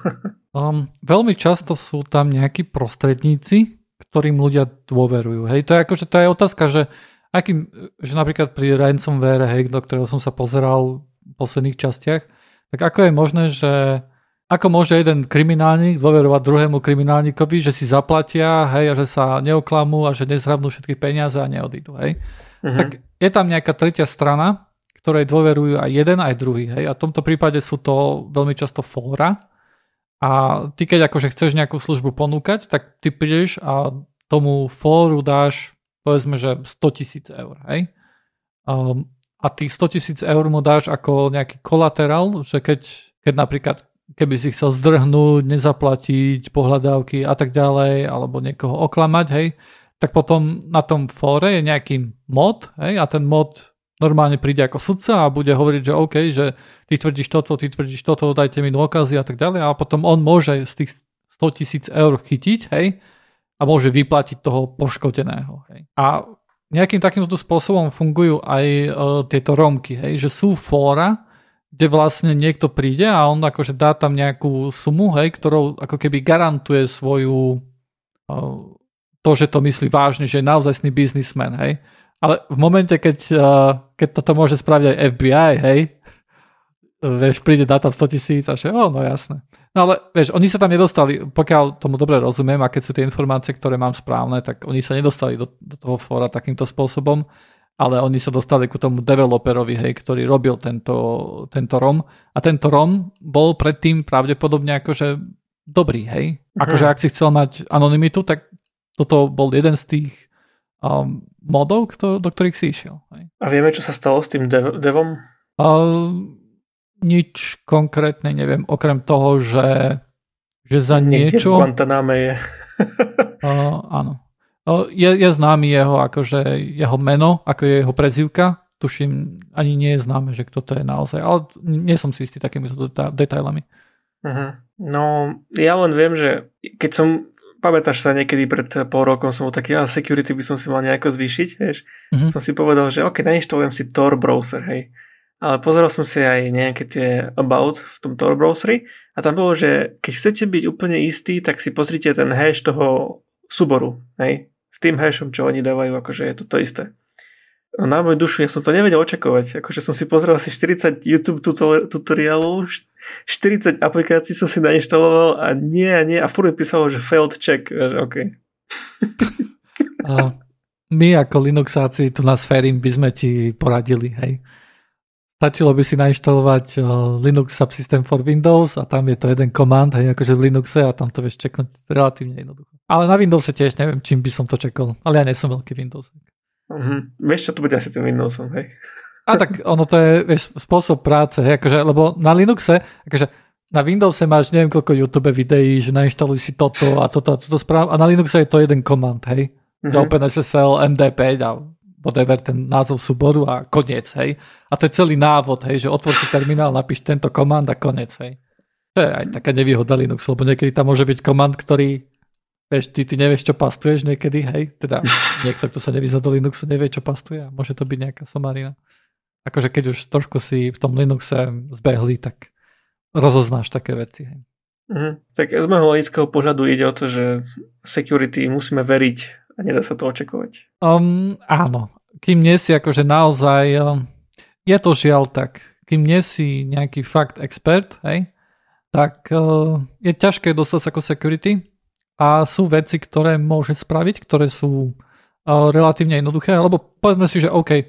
Speaker 3: um, veľmi často sú tam nejakí prostredníci, ktorým ľudia dôverujú. Hej, to je akože, to je otázka, že, akým, že napríklad pri ransomware, hej, do ktorého som sa pozeral v posledných častiach, tak ako je možné, že, ako môže jeden kriminálnik dôverovať druhému kriminálnikovi, že si zaplatia, hej, a že sa neoklamú a že nezhrabnú všetky peniaze a neodídu, hej. Uh-huh. Tak je tam nejaká tretia strana, ktorej dôverujú aj jeden, aj druhý, hej. A v tomto prípade sú to veľmi často fóra. A ty keď akože chceš nejakú službu ponúkať, tak ty prídeš a tomu fóru dáš, povedzme, že sto tisíc eur, hej. Um, a tých sto tisíc eur mu dáš ako nejaký kolaterál, že keď, keď napríklad keby si chcel zdrhnúť, nezaplatiť pohľadávky a tak ďalej, alebo niekoho oklamať, hej, tak potom na tom fóre je nejaký mod, hej, a ten mod normálne príde ako sudca a bude hovoriť, že OK, že ty tvrdíš toto, ty tvrdíš toto, dajte mi dôkazy a tak ďalej, a potom on môže z tých sto tisíc eur chytiť, hej, a môže vyplatiť toho poškodeného, hej. A nejakým takýmto spôsobom fungujú aj uh, tieto romky, hej, že sú fóra, kde vlastne niekto príde a on akože dá tam nejakú sumu, hej, ktorou ako keby garantuje svoju uh, to, že to myslí vážne, že je naozajstný biznismen, hej. Ale v momente, keď, uh, keď toto môže spraviť aj ef bí aj, hej, vieš, príde, dá tam sto tisíc a že, oh, no jasné. No ale, vieš, oni sa tam nedostali, pokiaľ tomu dobre rozumiem, a keď sú tie informácie, ktoré mám správne, tak oni sa nedostali do, do toho fóra takýmto spôsobom, ale oni sa dostali ku tomu developerovi, hej, ktorý robil tento, tento ROM. A tento ROM bol predtým pravdepodobne akože dobrý, hej. Akože ak si chcel mať anonymitu, tak toto bol jeden z tých um, modov, kto, do ktorých si išiel. Hej.
Speaker 2: A vieme, čo sa stalo s tým dev- devom?
Speaker 3: Uh, nič konkrétne neviem, okrem toho, že, že za
Speaker 2: Niekde
Speaker 3: niečo...
Speaker 2: v Guantaname je.
Speaker 3: uh, áno. Uh, je, je známy jeho, akože jeho meno, ako je jeho prezývka. Tuším, ani nie je známe, že kto to je naozaj, ale nie som si istý takýmito deta- detailami.
Speaker 2: Uh-huh. No, ja len viem, že keď som, pamätáš sa, niekedy pred pol rokom som bol taký, ale security by som si mal nejako zvýšiť, vieš. Uh-huh. Som si povedal, že ok, nainštalujem si Tor browser, hej. Ale pozeral som si aj nejaké tie about v tom Tor browseri a tam bolo, že keď chcete byť úplne istý, tak si pozrite ten hash toho súboru, hej. S tým hashom, čo oni dávajú, akože je to to isté. No, na moju dušu, ja som to nevedel očakovať. Akože som si pozrel asi štyridsať YouTube tutoriálov, štyridsať aplikácií som si nainštaloval a nie a nie a furt mi písalo, že failed check. OK.
Speaker 3: A my ako Linuxáci tu na Sférim by sme ti poradili, hej. Stačilo by si nainštalovať Linux Subsystem for Windows a tam je to jeden command, hej, akože v Linuxe a tam to vieš čeknúť relatívne jednoducho. Ale na Windowse tiež neviem, čím by som to čekol. Ale ja nie som veľký Windows.
Speaker 2: Uh-huh. Vieš, čo to bude asi tým Windowsom, hej?
Speaker 3: A tak ono to je, vieš, spôsob práce, hej, akože, lebo na Linuxe, akože na Windowse máš neviem koľko YouTube videí, že nainštaluj si toto a toto a toto správ a na Linuxe je to jeden command, hej. Uh-huh. OpenSSL, em dé päť a whatever, ten názov súboru a koniec, hej. A to je celý návod, hej, že otvor si terminál, napíš tento command a koniec, hej. To je aj taká nevýhoda Linuxu, lebo niekedy tam môže byť command, ktorý, vieš, ty, ty nevieš, čo pastuješ niekedy, hej. Teda niekto, kto sa nevyzná do Linuxu, nevie, čo pastuje a môže to byť nejaká somarina. Akože keď už trošku si v tom Linuxe zbehli, tak rozoznáš také veci, hej.
Speaker 2: Uh-huh. Tak z môjho logického pohľadu ide o to, že security musíme veriť a nedá sa to očakovať.
Speaker 3: Um, áno. Kým nie si akože naozaj, um, je to žiaľ tak, kým nie si nejaký fakt expert, hej, tak uh, je ťažké dostať sa ako security a sú veci, ktoré môže spraviť, ktoré sú uh, relatívne jednoduché, alebo povedzme si, že OK,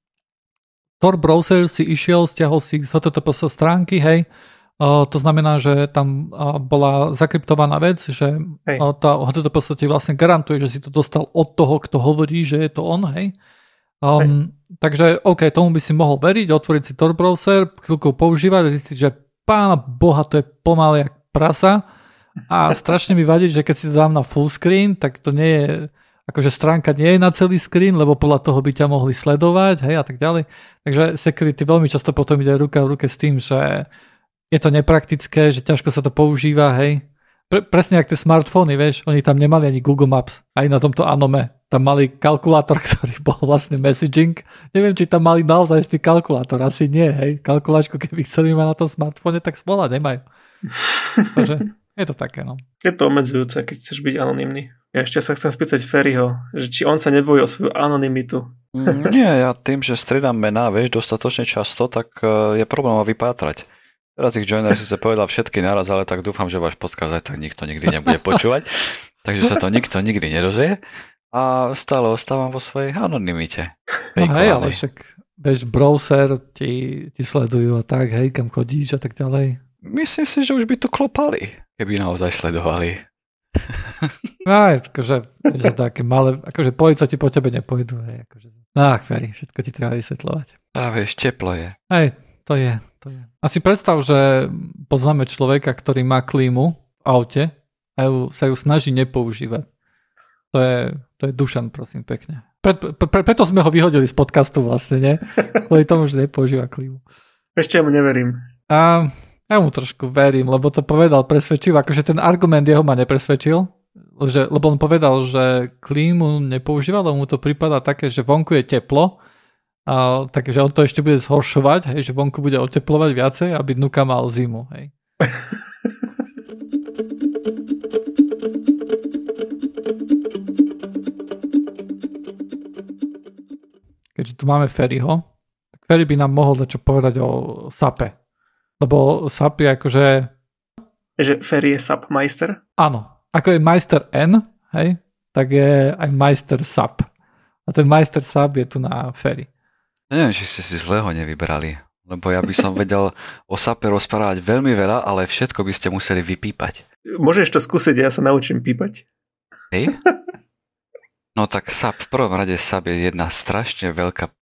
Speaker 3: Tor browser si išiel, stiahol si z há té té pé es stránky, hej, Uh, to znamená, že tam uh, bola zakryptovaná vec, že uh, tá há té té pé es ti vlastne garantuje, že si to dostal od toho, kto hovorí, že je to on, hej. Um, hej. Takže OK, tomu by si mohol veriť, otvoriť si Tor browser, chvíľku používať a zistiť, že pána boha, to je pomaly jak prasa a strašne mi vadí, že keď si to dám na full screen, tak to nie je, akože stránka nie je na celý screen, lebo podľa toho by ťa mohli sledovať, hej, a tak ďalej. Takže security veľmi často potom ide ruka v ruke s tým, že je to nepraktické, že ťažko sa to používa, hej. Pre, presne jak tie smartfóny, vieš, oni tam nemali ani Google Maps, aj na tomto Anome. Tam mali kalkulátor, ktorý bol vlastne messaging. Neviem, či tam mali naozaj istý kalkulátor, asi nie, hej. Kalkulačku, keby chceli mať na tom smartfóne, tak smola nemajú. Takže je to také, no.
Speaker 2: Je to obmedzujúce, keď chceš byť anonymný. Ja ešte sa chcem spýtať Ferryho, že či on sa nebojí o svoju anonymitu.
Speaker 4: Nie, ja tým, že striedam mená, vieš, dostatočne často, tak je problém ho vypátrať. Teraz ich joiner si sa povedal všetky naraz, ale tak dúfam, že váš podcast aj tak nikto nikdy nebude počúvať. Takže sa to nikto nikdy nedožije. A stále ostávam vo svojej anonymite.
Speaker 3: No hej, ale však bež browser, ti, ti sledujú a tak, hej, kam chodíš a tak ďalej.
Speaker 4: Myslím si, že už by to klopali, keby naozaj sledovali.
Speaker 3: No, akože, že také malé, akože policajti po tebe nepôjdu, hej, akože. Ach, Feri, všetko ti treba vysvetľovať.
Speaker 4: A vieš, teplo je.
Speaker 3: Hej, to je, to je. A si predstav, že poznáme človeka, ktorý má klímu v aute a ju, sa ju snaží nepoužívať. To je, to je Dušan, prosím, pekne. Pre, pre, preto sme ho vyhodili z podcastu vlastne, nie? Kvôli tomu, že nepoužíva klímu.
Speaker 2: Ešte mu neverím.
Speaker 3: A ja mu trošku verím, lebo to povedal presvedčivo. Akože ten argument jeho ma nepresvedčil, že, lebo on povedal, že klímu nepoužíva, lebo mu to prípada také, že vonku je teplo, a, takže on to ešte bude zhoršovať, hej, že vonku bude oteplovať viacej, aby dnuka mal zimu. Hej. Keďže tu máme Feriho, tak Feri by nám mohol niečo povedať o sape. Lebo sap je akože...
Speaker 2: Že Feri je sapmeister?
Speaker 3: Áno. Ako je majster N, hej, tak je aj majster sap. A ten majster sap je tu na Feri.
Speaker 4: Ja neviem, či ste si zlého nevybrali. Lebo ja by som vedel o sape rozprávať veľmi veľa, ale všetko by ste museli vypípať.
Speaker 2: Môžeš to skúsiť, ja sa naučím pípať.
Speaker 4: Hej? No tak sap, v prvom rade sap je jedna strašne veľká p...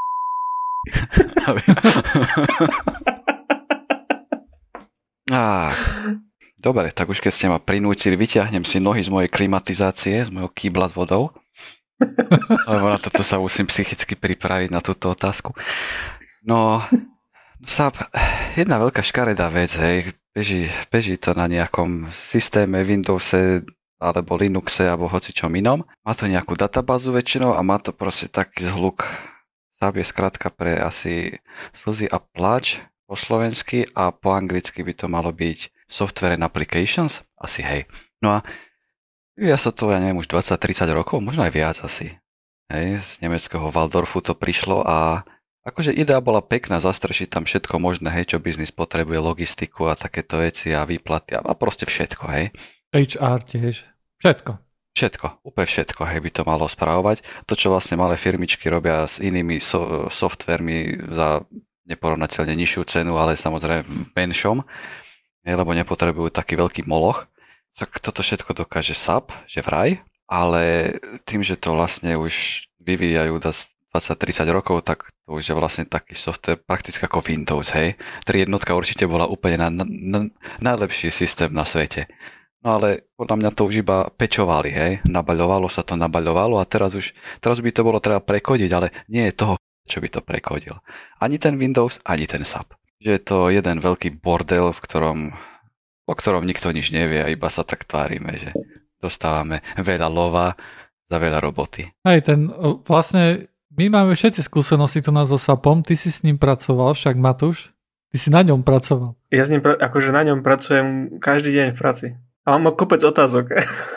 Speaker 4: ah, dobre, tak už keď ste ma prinútili, vyťahnem si nohy z mojej klimatizácie, z mojho kýbla s vodou. Lebo na toto sa musím psychicky pripraviť na túto otázku. No, sap, jedna veľká škaredá vec, hej, beží, beží to na nejakom systéme Windowse, alebo Linuxe, alebo hocičom inom. Má to nejakú databázu väčšinou a má to proste taký zhluk. Sap je skrátka pre asi slzy a pláč po slovensky a po anglicky by to malo byť Software and Applications. Asi hej. No a ja sa to, ja neviem, už dvadsať tridsať rokov, možno aj viac asi. Hej, z nemeckého Waldorfu to prišlo a akože idea bola pekná, zastrešiť tam všetko možné, hej, čo biznis potrebuje, logistiku a takéto veci a výplaty a proste všetko, hej.
Speaker 3: há er tiež. Všetko.
Speaker 4: Všetko, úplne všetko, hej, by to malo spravovať. To, čo vlastne malé firmičky robia s inými so, softvermi za neporovnateľne nižšiu cenu, ale samozrejme v menšom, hej, lebo nepotrebujú taký veľký moloch, tak toto všetko dokáže sap, že vraj, ale tým, že to vlastne už vyvíjajú dvadsať tridsať rokov, tak to už je vlastne taký software prakticky ako Windows, hej. tri jednotka určite bola úplne na, na, na, najlepší systém na svete. No ale podľa mňa to už iba pečovali, hej. Nabaľovalo sa to, nabaľovalo a teraz už, teraz by to bolo treba prekodiť, ale nie je toho, čo by to prekodil. Ani ten Windows, ani ten sap. Že je to jeden veľký bordel, v ktorom, o ktorom nikto nič nevie a iba sa tak tvárime, že dostávame veľa lova za veľa roboty.
Speaker 3: Hej, ten vlastne, my máme všetci skúsenosti tu na so sapom, ty si s ním pracoval, však Matúš, ty si na ňom pracoval.
Speaker 2: Ja s ním, akože na ňom pracujem každý deň v práci. A mám kopec otázok.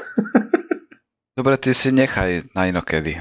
Speaker 4: Dobre, ty si nechaj na inokedy.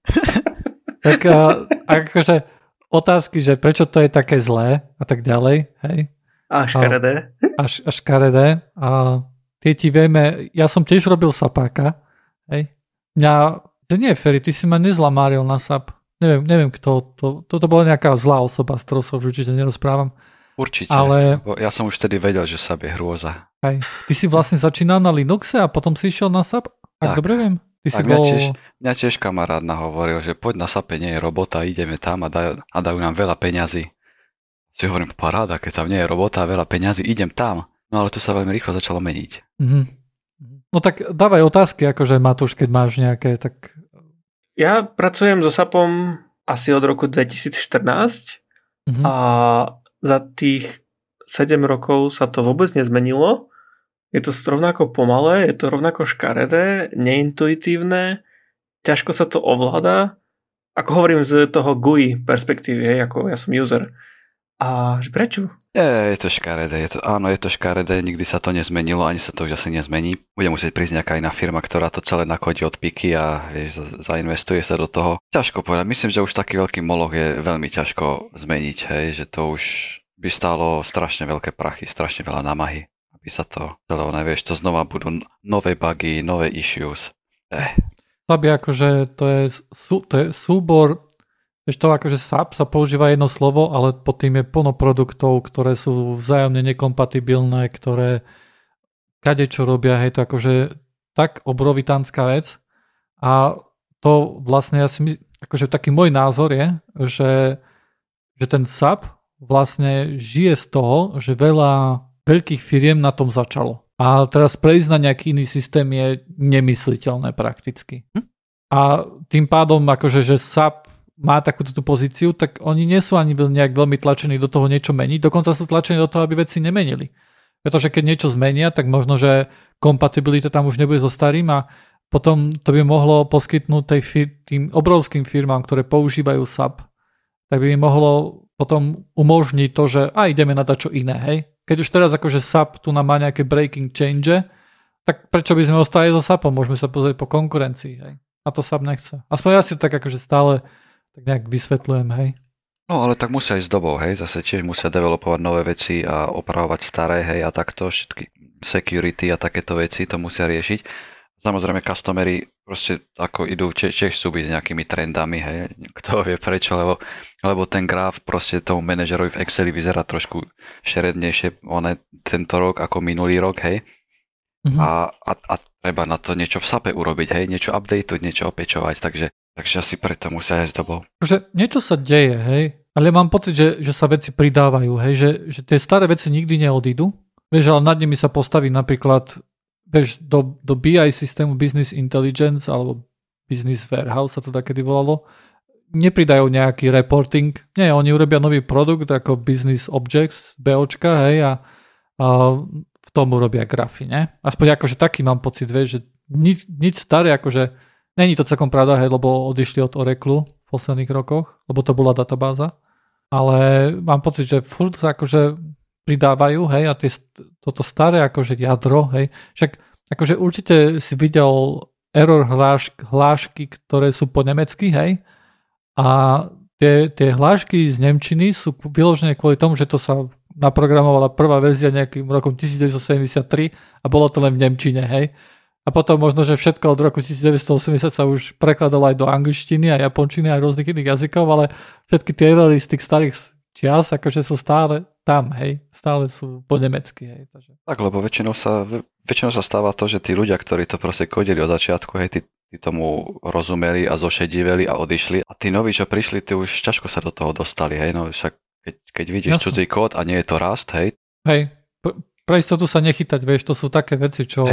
Speaker 3: Tak a, akože otázky, že prečo to je také zlé a tak ďalej, hej.
Speaker 2: A škaredé.
Speaker 3: A, a škaredé. A tie ti vieme, ja som tiež robil sapáka, hej. Mňa, nie, Feri, ty si ma nezlamáril na sap. Neviem, neviem kto, to, toto bola nejaká zlá osoba, s ktorou sa už určite nerozprávam.
Speaker 4: Určite,
Speaker 3: ale
Speaker 4: ja som už vtedy vedel, že sap je hrôza.
Speaker 3: Hej. Ty si vlastne začínal na Linuxe a potom si išiel na sap? Ak
Speaker 4: tak,
Speaker 3: dobre viem? Ty si
Speaker 4: tak
Speaker 3: bol...
Speaker 4: mňa, tiež, mňa tiež kamarát nahovoril, že poď na sape, nie je robota, ideme tam a dajú, a dajú nám veľa peňazí. Si hovorím, paráda, keď tam nie je robota a veľa peňazí, idem tam. No ale to sa veľmi rýchlo začalo meniť.
Speaker 3: Mm-hmm. No tak dávaj otázky, akože Matúš, keď máš nejaké, tak...
Speaker 2: Ja pracujem so sapom asi od roku dvetisícštrnásť mm-hmm. a za tých sedem rokov sa to vôbec nezmenilo. Je to rovnako pomalé, je to rovnako škaredé, neintuitívne, ťažko sa to ovláda. Ako hovorím z toho G U I perspektívy, hej, ako ja som user. A prečo?
Speaker 4: Je, je to škaredé, je to, áno, je to škaredé, nikdy sa to nezmenilo, ani sa to už asi nezmení. Bude musieť prísť nejaká iná firma, ktorá to celé nakodí od piky a vieš, zainvestuje sa do toho. Ťažko povedať, myslím, že už taký veľký moloch je veľmi ťažko zmeniť, hej, že to už by stálo strašne veľké prachy, strašne veľa námahy, aby sa to celé, nevieš, to znova budú nové bugy, nové issues. Eh.
Speaker 3: Sabi akože to je, sú, to je súbor, vieš to akože es á pé sa používa jedno slovo, ale pod tým je plno produktov, ktoré sú vzájomne nekompatibilné, ktoré kadečo robia, hej, to akože tak obrovitánska vec. A to vlastne, ja si myslím, akože taký môj názor je, že, že ten es á pé vlastne žije z toho, že veľa veľkých firiem na tom začalo. A teraz prejsť na nejaký iný systém je nemysliteľné prakticky. Hm? A tým pádom, akože, že es á pé má takúto tú pozíciu, tak oni nie sú ani nejak veľmi tlačení do toho niečo meniť, dokonca sú tlačení do toho, aby veci nemenili. Pretože keď niečo zmenia, tak možno, že kompatibilita tam už nebude so starým a potom to by mohlo poskytnúť tej fir- tým obrovským firmám, ktoré používajú es á pé, tak by mohlo potom umožniť to, že a ideme na dačo iné, hej. Keď už teraz akože es á pé tu nám má nejaké breaking change, tak prečo by sme ostali so es á pé? Môžeme sa pozrieť po konkurencii, hej. A to es á pé nechce. Aspoň ja si to tak akože stále tak nejak vysvetľujem, hej.
Speaker 4: No ale tak musia ísť s dobou, hej, zase tiež musia developovať nové veci a opravovať staré, hej, a takto, všetky security a takéto veci to musia riešiť. Samozrejme, customery proste ako idú, tiež sú byť s nejakými trendami, hej, kto vie prečo, lebo, lebo ten graf proste tomu manažerovi v Exceli vyzerá trošku šerednejšie one, tento rok ako minulý rok, hej. Mm-hmm. A, a, a treba na to niečo v es á pé urobiť, hej, niečo updateuť, niečo opečovať, takže, takže asi preto musia ísť s dobou.
Speaker 3: Že niečo sa deje, hej, ale ja mám pocit, že, že sa veci pridávajú, hej, že, že tie staré veci nikdy neodídu, vieš, ale nad nimi sa postaví napríklad vieš, do, do bé í systému Business Intelligence alebo Business Warehouse sa to takedy volalo, nepridajú nejaký reporting, nie, oni urobia nový produkt ako Business Objects, BOčka, hej, a, a v tom urobia grafy, ne? Aspoň akože taký mám pocit, vieš, že nič, nič staré, akože není to celkom pravda, hej, lebo odišli od Oracle v posledných rokoch, lebo to bola databáza, ale mám pocit, že furt sa akože pridávajú, hej, a tie, toto staré akože jadro, hej, však akože určite si videl error hláš, hlášky, ktoré sú po nemecky, hej, a tie, tie hlášky z nemčiny sú vyložené kvôli tomu, že to sa naprogramovala prvá verzia nejakým rokom devätnásťsedemdesiattri a bolo to len v nemčine, hej. A potom možno, že všetko od roku devätnásťstoosemdesiat sa už prekladalo aj do angličtiny a japončiny a rôznych iných jazykov, ale všetky tie erory z tých starých čias akože sú stále tam, hej, stále sú po nemecky, hej. Takže.
Speaker 4: Tak, lebo väčšinou sa, väčšinou sa stáva to, že tí ľudia, ktorí to proste kodili od začiatku, hej, tí, tí tomu rozumeli a zošediveli a odišli a tí noví, čo prišli, tí už ťažko sa do toho dostali, hej, no však keď, keď vidíš Jasne. Cudzí kód a nie je to Rust, hej.
Speaker 3: Hej, pr- pre istotu sa nechytať, vieš, to sú také veci, čo,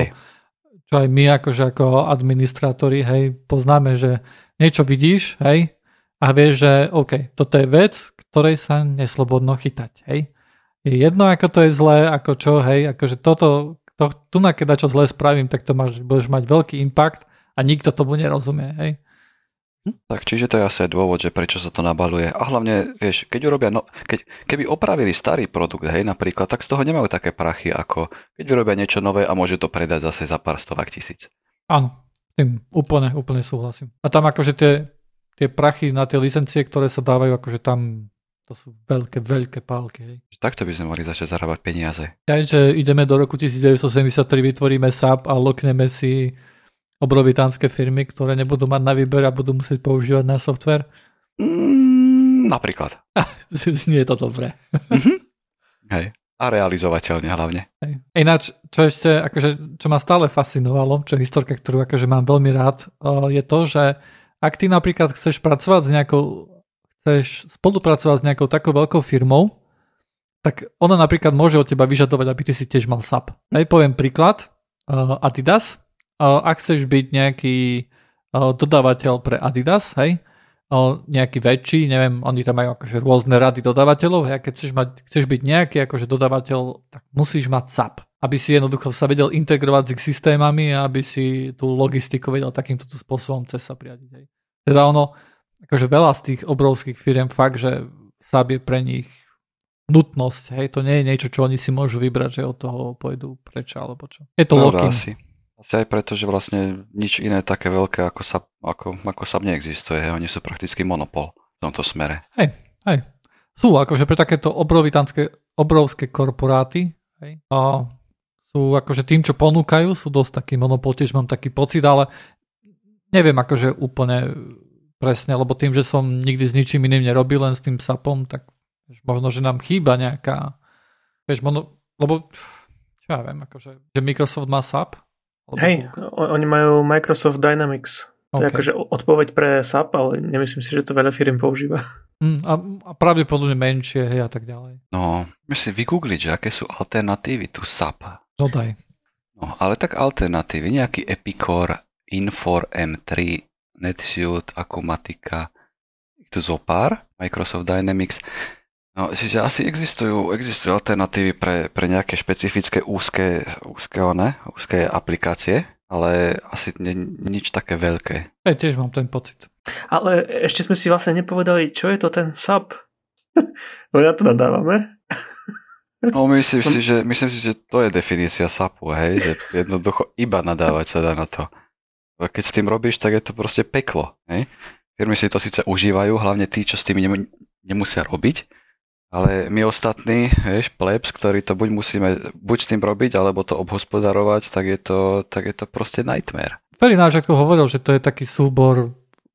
Speaker 3: čo aj my akože ako administrátori, hej, poznáme, že niečo vidíš, hej, a vieš, že OK, toto je vec, ktorej sa neslobodno chytať, hej. Je jedno, ako to je zlé, ako čo, hej, akože toto, to, tu na keď čo zlé spravím, tak to máš, budeš mať veľký impact a nikto tomu nerozumie, hej.
Speaker 4: Hm, tak čiže to je asi dôvod, že prečo sa to nabaluje. A hlavne, vieš, keď urobia, no, keď, keby opravili starý produkt, hej, napríklad, tak z toho nemajú také prachy, ako keď vyrobia niečo nové a môžu to predať zase za pár stovák tisíc.
Speaker 3: Áno, s tým úplne, úplne súhlasím. A tam akože tie tie prachy na tie licencie, ktoré sa dávajú, akože tam to sú veľké, veľké pálky. Hej.
Speaker 4: Takto by sme mohli začať zarábať peniaze.
Speaker 3: Ja, že ideme do roku devätnásťsedemdesiattri, vytvoríme es á pé a lokneme si obrovitánske firmy, ktoré nebudú mať na výber a budú musieť používať náš software.
Speaker 4: Mm, napríklad.
Speaker 3: Nie je to dobré.
Speaker 4: Mm-hmm. Hej. A realizovateľne hlavne.
Speaker 3: Hej. Ináč, čo ešte, akože, čo ma stále fascinovalo, čo je historka, ktorú akože mám veľmi rád, je to, že ak ty napríklad chceš pracovať s nejakou, chceš spolupracovať s nejakou takou veľkou firmou, tak ona napríklad môže od teba vyžadovať, aby ty si tiež mal es á pé. Hej, poviem príklad, uh, Adidas, uh, ak chceš byť nejaký uh, dodávateľ pre Adidas, hej, uh, nejaký väčší, neviem, oni tam majú akože rôzne rady dodávateľov, hej, a keď chceš, mať, chceš byť nejaký akože dodávateľ, tak musíš mať es á pé. Aby si jednoducho sa vedel integrovať s ich systémami a aby si tú logistiku vedel takýmto spôsobom cez sa prijadiť. Hej. Teda ono, akože veľa z tých obrovských firiem fakt, že es á pé je pre nich nutnosť. Hej. To nie je niečo, čo oni si môžu vybrať, že od toho pôjdu preč alebo čo. Je to lock-in.
Speaker 4: Asi. asi aj preto, že vlastne nič iné také veľké ako es á pé, ako, ako es á pé neexistuje. Hej. Oni sú prakticky monopol v tomto smere.
Speaker 3: Hej, hej. Sú akože pre takéto obrovitánske, obrovské korporáty, hej, a sú akože tým, čo ponúkajú, sú dosť taký monopol, tiež mám taký pocit, ale neviem akože úplne presne, lebo tým, že som nikdy s ničím iným nerobil, len s tým sapom, tak vieš, možno, že nám chýba nejaká, vieš, mono, lebo čo ja viem, akože, že Microsoft má sap?
Speaker 2: Hej, oni majú Microsoft Dynamics. To okay. je akože odpoveď pre sap, ale nemyslím si, že to veľa firm používa.
Speaker 3: Mm, a, a pravdepodobne menšie, hej, a tak ďalej.
Speaker 4: No, musím vygoogliť, že aké sú alternatívy tu sap.
Speaker 3: No daj.
Speaker 4: No, ale tak alternatívy, nejaký Epicor, Infor em tri, NetSuite, Acumatica, tu zo pár, Microsoft Dynamics. No, že asi existujú, existujú alternatívy pre, pre nejaké špecifické úzke, úzke, one, úzke aplikácie, ale asi nie, nič také veľké.
Speaker 3: Ja tiež mám ten pocit.
Speaker 2: Ale ešte sme si vlastne nepovedali, čo je to ten sap. No na to nadávame.
Speaker 4: No myslím si, že, myslím si, že to je definícia sapu, hej, že jednoducho iba nadávať sa dá na to. A keď s tým robíš, tak je to proste peklo, hej. Firmy si to síce užívajú, hlavne tí, čo s tým nemusia robiť, ale my ostatní, vieš, plebs, ktorí to buď musíme buď s tým robiť, alebo to obhospodarovať, tak je to, tak je to proste nightmare.
Speaker 3: Ferry náš ako hovoril, že to je taký súbor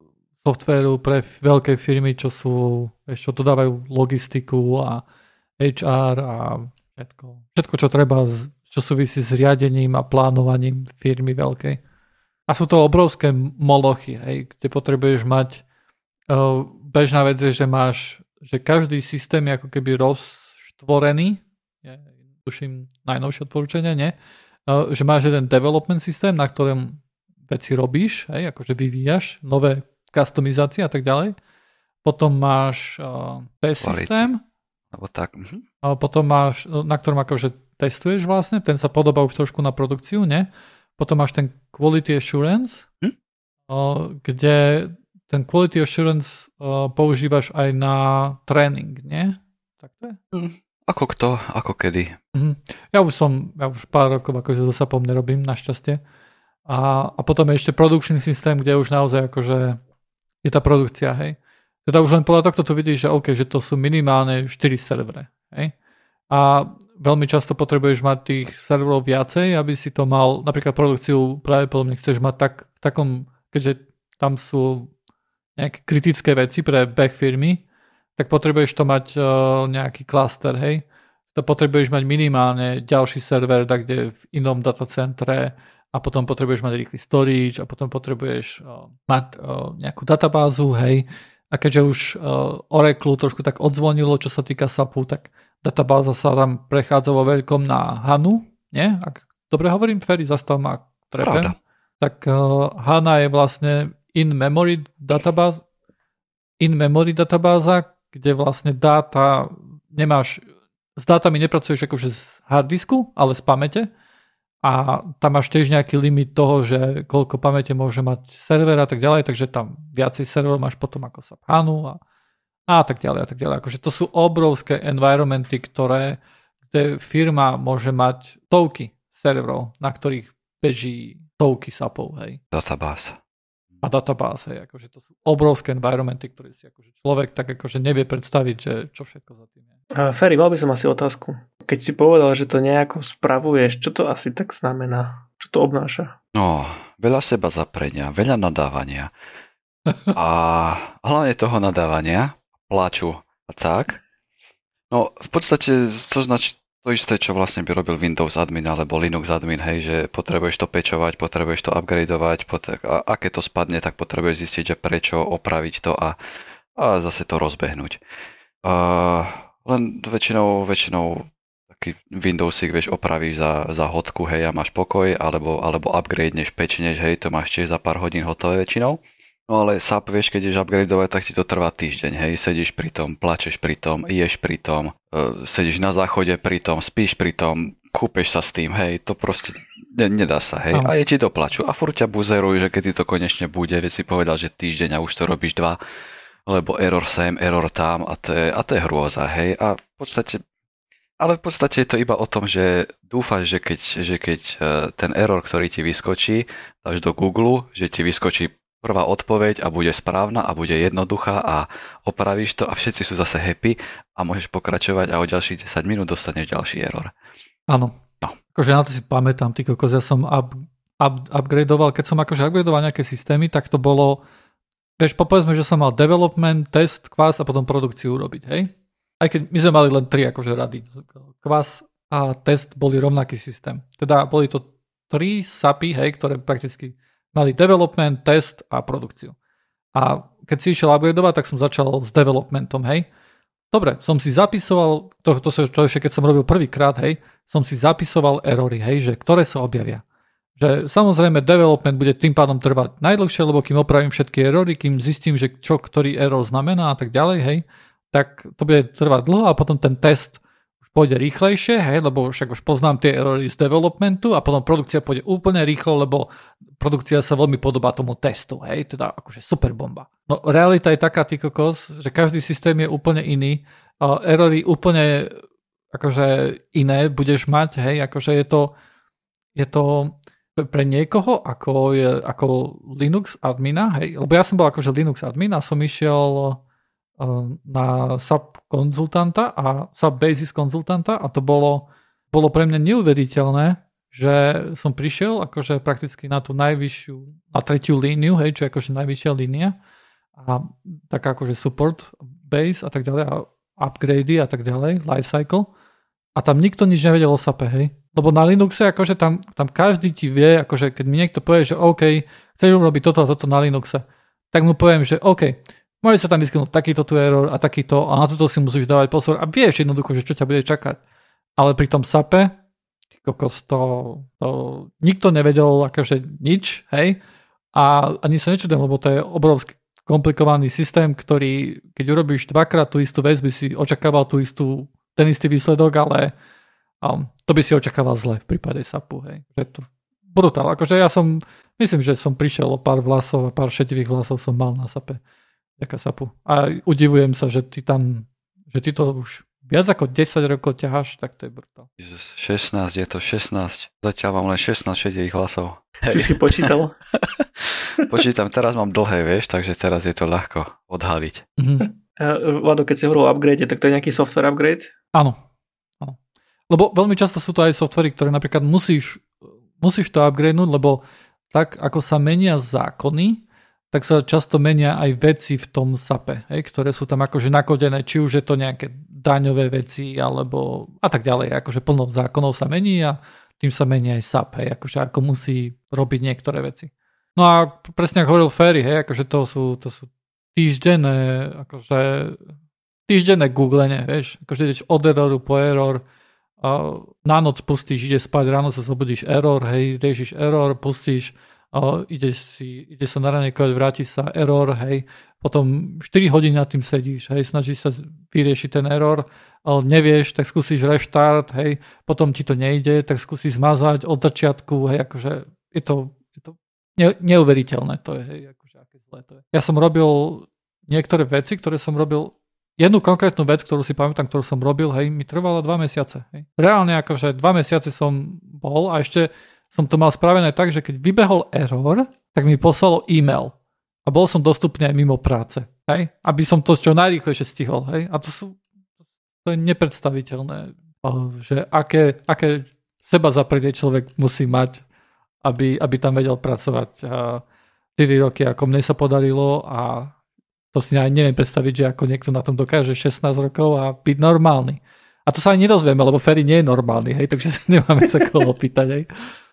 Speaker 3: softvéru pre veľké firmy, čo sú, vieš, čo dodávajú logistiku a há er a všetko. Všetko, čo treba, čo súvisí s riadením a plánovaním firmy veľkej. A sú to obrovské molochy, hej, kde potrebuješ mať, uh, bežná vec je, že máš že každý systém je ako keby roztvorený, je, tuším najnovšie odporúčania, nie? Že máš jeden development systém, na ktorom veci robíš, hej, akože vyvíjaš, nové customizácie a tak ďalej. Potom máš uh, test systém,
Speaker 4: alebo tak. Mhm.
Speaker 3: A potom máš, na ktorom akože testuješ vlastne, ten sa podobá už trošku na produkciu, nie? Potom máš ten quality assurance, hm? uh, kde ten quality assurance uh, používaš aj na tréning, nie? Tak to je?
Speaker 4: Mm, ako kto, ako kedy.
Speaker 3: Mm, ja už som, ja už pár rokov akože so sapom nerobím, našťastie. A, a potom je ešte production systém, kde už naozaj akože je tá produkcia, hej. Teda už len podľa tohto tu vidíš, že OK, že to sú minimálne štyri servere, hej. A veľmi často potrebuješ mať tých serverov viacej, aby si to mal, napríklad produkciu pravdepodobne chceš mať tak, v takom, keďže tam sú nejaké kritické veci pre beh firmy, tak potrebuješ to mať uh, nejaký klaster, hej. To potrebuješ mať minimálne ďalší server, tak kde v inom datacentre a potom potrebuješ mať rýchly storage a potom potrebuješ uh, mať uh, nejakú databázu, hej. A keďže už uh, Oracle trošku tak odzvonilo, čo sa týka sapu, tak databáza sa tam prechádza vo veľkom na Hanu, nie? Ak dobre hovorím, Ferry, zastav ma trepem. Tak uh, Hana je vlastne in-memory databáza, in-memory databáza, kde vlastne dáta nemáš, s dátami nepracuješ akože z harddisku, ale z pamäte a tam máš tiež nejaký limit toho, že koľko pamäte môže mať server a tak ďalej, takže tam viacej serverov máš potom ako SAP Hanu a, a tak ďalej a tak ďalej. Akože to sú obrovské environmenty, ktoré, kde firma môže mať stovky serverov, na ktorých beží stovky sapov, hej.
Speaker 4: Databáz.
Speaker 3: A databáze, akože to sú obrovské environmenty, ktoré si akože človek tak akože nevie predstaviť, že čo všetko za tým je.
Speaker 2: Uh, Ferry, mal by som asi otázku. Keď si povedal, že to nejako spravuješ, čo to asi tak znamená? Čo to obnáša?
Speaker 4: No, veľa seba zaprenia, veľa nadávania. A hlavne toho nadávania, plaču a tak. No, v podstate to značí to isté, čo vlastne by robil Windows admin alebo Linux admin, hej, že potrebuješ to pečovať, potrebuješ to upgradeovať, potre- a aké to spadne, tak potrebuješ zistiť, že prečo, opraviť to a, a zase to rozbehnúť. Uh, len väčšinou, väčšinou taký Windowsík, vieš, opravíš za, za hodku, hej, a máš pokoj, alebo, alebo upgradeneš, pečneš, hej, to máš tiež za pár hodín hotové väčšinou. No ale SAP, vieš, keď ideš upgradeovať, tak ti to trvá týždeň, hej, sedíš pri tom, plačeš pri tom, ješ pri tom, uh, sedíš na záchode pri tom, spíš pri tom, kúpeš sa s tým, hej, to proste ne, nedá sa, hej, a je ti to plaču a furt ťa buzerujú, že keď ti to konečne bude, veď si povedal, že týždeň a už to robíš dva, lebo error sem, error tam a to je, a to je hrôza, hej, a v podstate, ale v podstate je to iba o tom, že dúfaš, že keď, že keď uh, ten error, ktorý ti vyskočí, dáš do Google, že ti vyskočí prvá odpoveď a bude správna a bude jednoduchá a opravíš to a všetci sú zase happy a môžeš pokračovať a o ďalších desať minút dostaneš ďalší error.
Speaker 3: Áno.
Speaker 4: No.
Speaker 3: Akože na to si pamätám, ty kokos, ja som up, up, upgradeoval, keď som akože upgradeoval nejaké systémy, tak to bolo, vieš, povedzme, že som mal development, test, kvás a potom produkciu urobiť, hej? Aj keď my sme mali len tri akože rady. Kvás a test boli rovnaký systém. Teda boli to tri sapy, hej, ktoré prakticky mali development, test a produkciu. A keď si išiel upgradeovať, tak som začal s developmentom, hej? Dobre, som si zapisoval, to, to, to ešte keď som robil prvýkrát, hej, som si zapisoval erory, hej, že ktoré sa objavia. Že samozrejme development bude tým pádom trvať najdlhšie, lebo kým opravím všetky erory, kým zistím, že čo ktorý error znamená a tak ďalej, hej, tak to bude trvať dlho a potom ten test už pôjde rýchlejšie, hej, lebo však už poznám tie erory z developmentu a potom produkcia pôjde úplne rýchlo, lebo produkcia sa veľmi podobá tomu testu, hej, teda akože super bomba. No realita je taká, ty kokos, že každý systém je úplne iný, uh, erory úplne akože iné budeš mať, hej, akože je to, je to pre niekoho, ako je ako Linux admina, hej, lebo ja som bol akože Linux admin a som išiel na sub konzultanta a sub basis konzultanta a to bolo, bolo pre mňa neuveriteľné, že som prišiel akože prakticky na tú najvyššiu, na tretiu líniu, hej, čo je akože najvyššia línia a taká akože support base a tak ďalej a upgradey a tak ďalej, lifecycle a tam nikto nič nevedel o sape, hej. Lebo na Linuxe akože tam, tam každý ti vie, akože keď mi niekto povie, že OK, chceš urobiť toto a toto na Linuxe, tak mu poviem, že OK, môže sa tam vyskytnúť takýto tu error a takýto a na toto si musíš dávať pozor a vieš jednoducho, že čo ťa bude čakať. Ale pri tom sape kokos to, to nikto nevedel akože nič, hej, a ani sa nečudujem, lebo to je obrovský komplikovaný systém, ktorý keď urobíš dvakrát tú istú vec, by si očakával tú istú, ten istý výsledok, ale um, to by si očakával zle v prípade sapu, hej. Že to brutál. Akože ja som, myslím, že som prišiel o pár vlasov a pár šedivých vlasov som mal na sape. Ďaká sapu. A udivujem sa, že ty tam, že ty to už viac ako desať rokov ťaháš, tak to je brutál.
Speaker 4: Jezus, šestnásť, je to šestnásť. Zatiaľ mám len šestnásť šedivých hlasov.
Speaker 2: Si si počítal?
Speaker 4: Počítam, teraz mám dlhé, vieš, takže teraz je to ľahko odhaliť.
Speaker 3: Mhm.
Speaker 2: Uh, Vlado, keď si hovoril o upgrade, tak to je nejaký software upgrade?
Speaker 3: Áno. Áno. Lebo veľmi často sú to aj softvery, ktoré napríklad musíš, musíš to upgradenúť, lebo tak, ako sa menia zákony, tak sa často menia aj veci v tom sape, hej, ktoré sú tam akože nakodené, či už je to nejaké daňové veci, alebo a tak ďalej, akože plno zákonov sa mení a tým sa mení aj sap, hej, akože ako musí robiť niektoré veci. No a presne ako hovoril Ferry, hej, akože to sú, to sú týždenné, akože týždenné googlenie, vieš, akože ideš od eroru po error, a na noc pustíš, ideš spať, ráno sa zobudíš error, hej, riešiš error, pustíš, a ideš si, ideš sa naranejkovať, vráti sa error, hej, potom štyri hodiny nad tým sedíš, hej, snažíš sa vyriešiť ten error, ale nevieš, tak skúsiš reštart, hej, potom ti to nejde, tak skúsiš zmazať od začiatku, hej, akože je to, je to ne, neuveriteľné, to je, hej, akože aké zlé to je. Ja som robil niektoré veci, ktoré som robil, jednu konkrétnu vec, ktorú si pamätám, ktorú som robil, hej, mi trvalo dva mesiace, hej. Reálne akože dva mesiace som bol a ešte som to mal spravené tak, že keď vybehol error, tak mi poslalo e-mail a bol som dostupný aj mimo práce, hej? Aby som to čo najrýchlejšie stihol. Hej? A to sú to je nepredstaviteľné, že aké, aké seba zapredie človek musí mať, aby, aby tam vedel pracovať štyri roky, ako mne sa podarilo a to si aj neviem predstaviť, že ako niekto na tom dokáže šestnásť rokov a byť normálny. A to sa aj nedozvieme, lebo Ferry nie je normálny, hej? Takže sa nemáme sa koho opýtať, hej?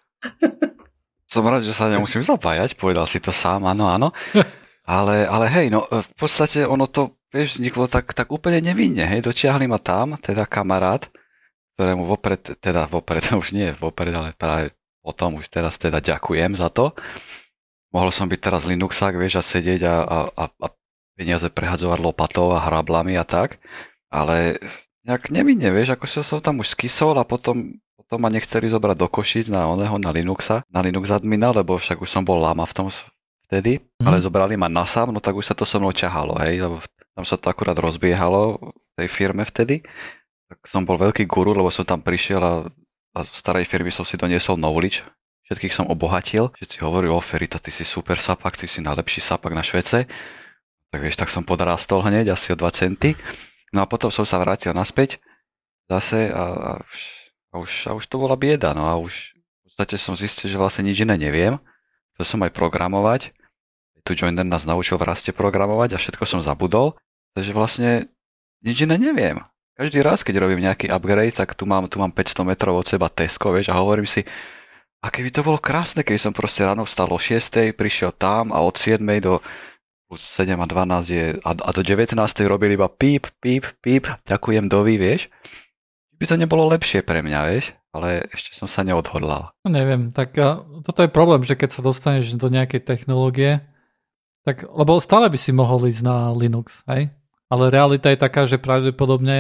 Speaker 4: Som rád, že sa nemusím zapájať, povedal si to sám, áno, áno. Ale, ale hej, no v podstate ono to, vieš, vzniklo tak, tak úplne nevinne, hej, dotiahli ma tam, teda kamarát, ktorému vopred, teda vopred, už nie vopred, ale práve potom už teraz teda ďakujem za to. Mohol som byť teraz Linuxák, vieš, a sedieť a, a, a peniaze prehadzovať lopatou a hrablami a tak, ale nejak nevinne, vieš, ako som tam už skysol a potom Potom ma nechceli zobrať do Košíc na oného, na Linuxa, na Linux admina, lebo však už som bol lama v tom vtedy, mm. ale zobrali ma na sám, no tak už sa to so mnou ťahalo, hej, lebo tam sa to akurát rozbiehalo v tej firme vtedy. Tak som bol veľký guru, lebo som tam prišiel a, a z starej firmy som si doniesol knowledge, všetkých som obohatil. Všetci hovorili, o Ferita, ty si super sapak, ty si najlepší sapak na Švece. Tak vieš, tak som podrastol hneď asi o dva centy. No a potom som sa vrátil naspäť zase a, a, už, a, už, a už to bola bieda. No a už v podstate som zistil, že vlastne nič iné neviem. Chcel som aj programovať. Tu Joiner nás naučil v raste programovať a všetko som zabudol. Takže vlastne nič iné neviem. Každý raz, keď robím nejaký upgrade, tak tu mám, tu mám päťsto metrov od seba Tesco, vieš, a hovorím si, a keby to bolo krásne, keby som proste ráno vstal o šiestej, prišiel tam a od siedmej do plus sedem a dvanásť je, a, a do devätnástej robili iba píp, píp, píp, ďakujem dovi, vieš. By to nebolo lepšie pre mňa, vieš, ale ešte som sa neodhodlal.
Speaker 3: No neviem, tak a, toto je problém, že keď sa dostaneš do nejakej technológie, tak, lebo stále by si mohol ísť na Linux, hej? Ale realita je taká, že pravdepodobne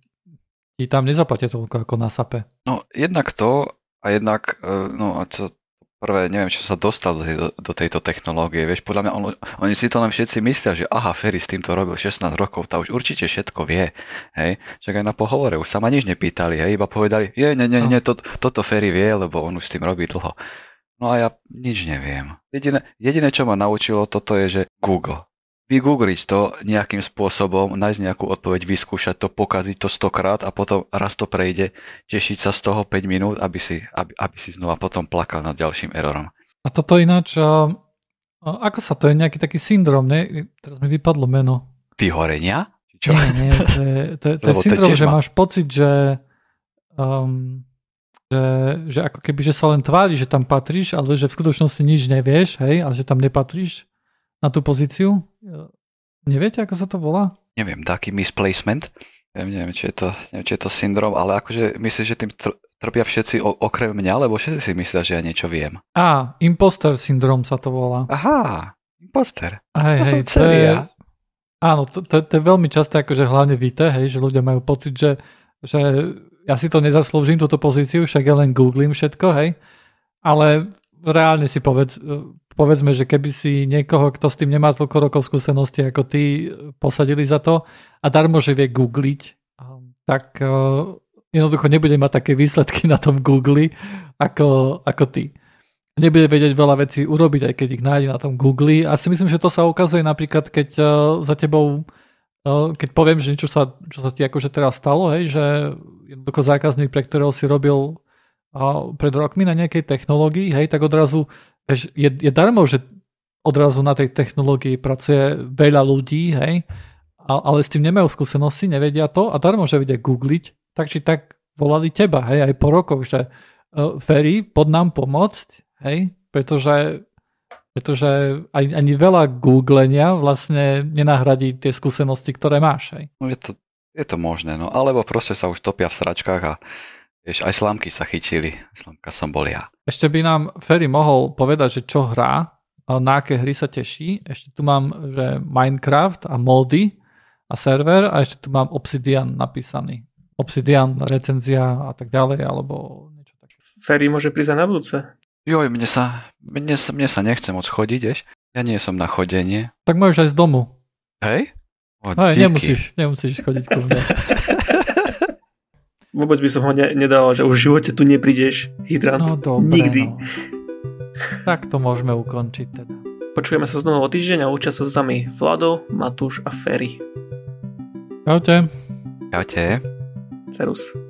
Speaker 3: ti tam nezaplatia toľko ako na sape.
Speaker 4: No, jednak to a jednak, no a co prvé, neviem, čo sa dostal do, tejto, do tejto technológie, vieš, podľa mňa on, oni si to len všetci myslia, že aha, Ferry s týmto robil šestnásť rokov, tá už určite všetko vie, hej, však aj na pohovore už sa ma nič nepýtali, hej, iba povedali, je, nie, nie, nie, to, toto Ferry vie, lebo on už s tým robí dlho. No a ja nič neviem. Jediné, jediné, čo ma naučilo, toto je, že Google. Vygoogliť to nejakým spôsobom, nájsť nejakú odpoveď, vyskúšať to, pokaziť to stokrát a potom raz to prejde, tešiť sa z toho päť minút, aby si, aby, aby si znova potom plakal nad ďalším erorom.
Speaker 3: A toto ináč, a, a ako sa to je nejaký taký syndrom, ne? Teraz mi vypadlo meno.
Speaker 4: Vyhorenia? Čo?
Speaker 3: Nie, nie, to je, to je, to je syndrom, že má... máš pocit, že, um, že, že ako keby, že sa len tvári, že tam patríš, ale že v skutočnosti nič nevieš, hej, a že tam nepatríš na tú pozíciu. Neviete, ako sa to volá?
Speaker 4: Neviem, taký misplacement. Neviem, neviem, či je to, neviem, či je to syndrom, ale akože myslíš, že tým tr- trpia všetci o- okrem mňa, lebo všetci si myslia, že ja niečo viem.
Speaker 3: Á, imposter syndrom sa to volá.
Speaker 4: Aha, imposter.
Speaker 3: Hej,
Speaker 4: to
Speaker 3: hej,
Speaker 4: som celý
Speaker 3: to je,
Speaker 4: ja.
Speaker 3: Áno, to, to, to je veľmi časté, akože hlavne víte, hej, že ľudia majú pocit, že, že ja si to nezaslúžim, túto pozíciu, však ja len googlím všetko, hej, ale reálne si povedz, povedzme, že keby si niekoho, kto s tým nemá toľko rokov skúsenosti ako ty, posadili za to a darmo, že vie googliť, tak jednoducho nebude mať také výsledky na tom Google ako, ako ty. Nebude vedieť veľa vecí urobiť, aj keď ich nájde na tom Google. A si myslím, že to sa ukazuje napríklad, keď za tebou, keď poviem, že niečo sa, čo sa ti akože teraz stalo, hej, že jednoducho zákazník, pre ktorého si robil pred rokmi na nejakej technológii, hej, tak odrazu Je, je darmo, že odrazu na tej technológii pracuje veľa ľudí, hej, ale s tým nemajú skúsenosti, nevedia to a darmo, že vedia googliť, tak či tak volali teba, hej, aj po rokoch, že uh, Ferry, pod nám pomôcť, hej, pretože, pretože aj, ani veľa googlenia vlastne nenahradí tie skúsenosti, ktoré máš, hej.
Speaker 4: No je to, je to možné, no, alebo proste sa už topia v sračkách a vieš, aj slamky sa chytili. Slamka som bol ja.
Speaker 3: Ešte by nám Ferry mohol povedať, že čo hrá, na aké hry sa teší. Ešte tu mám, že Minecraft a módy a server a ešte tu mám Obsidian napísaný. Obsidian, recenzia a tak ďalej, alebo niečo také.
Speaker 2: Ferry môže prísť na budúce.
Speaker 4: Joj, mne sa, mne sa, mne sa nechce moc chodiť, vieš. Ja nie som na chodenie.
Speaker 3: Tak môžeš aj z domu.
Speaker 4: Hej? O,
Speaker 3: Hej, nemusíš, nemusíš chodiť ku mne.
Speaker 2: Vôbec by som ho ne- nedal, že už v živote tu neprídeš, hydrant.
Speaker 3: No dobre,
Speaker 2: Nikdy.
Speaker 3: no. Tak to môžeme ukončiť teda.
Speaker 2: Počujeme sa znovu o týždeň a učia sa s nami Vlado, Matúš a Ferry.
Speaker 3: Čaute.
Speaker 4: Čaute.
Speaker 2: Serus.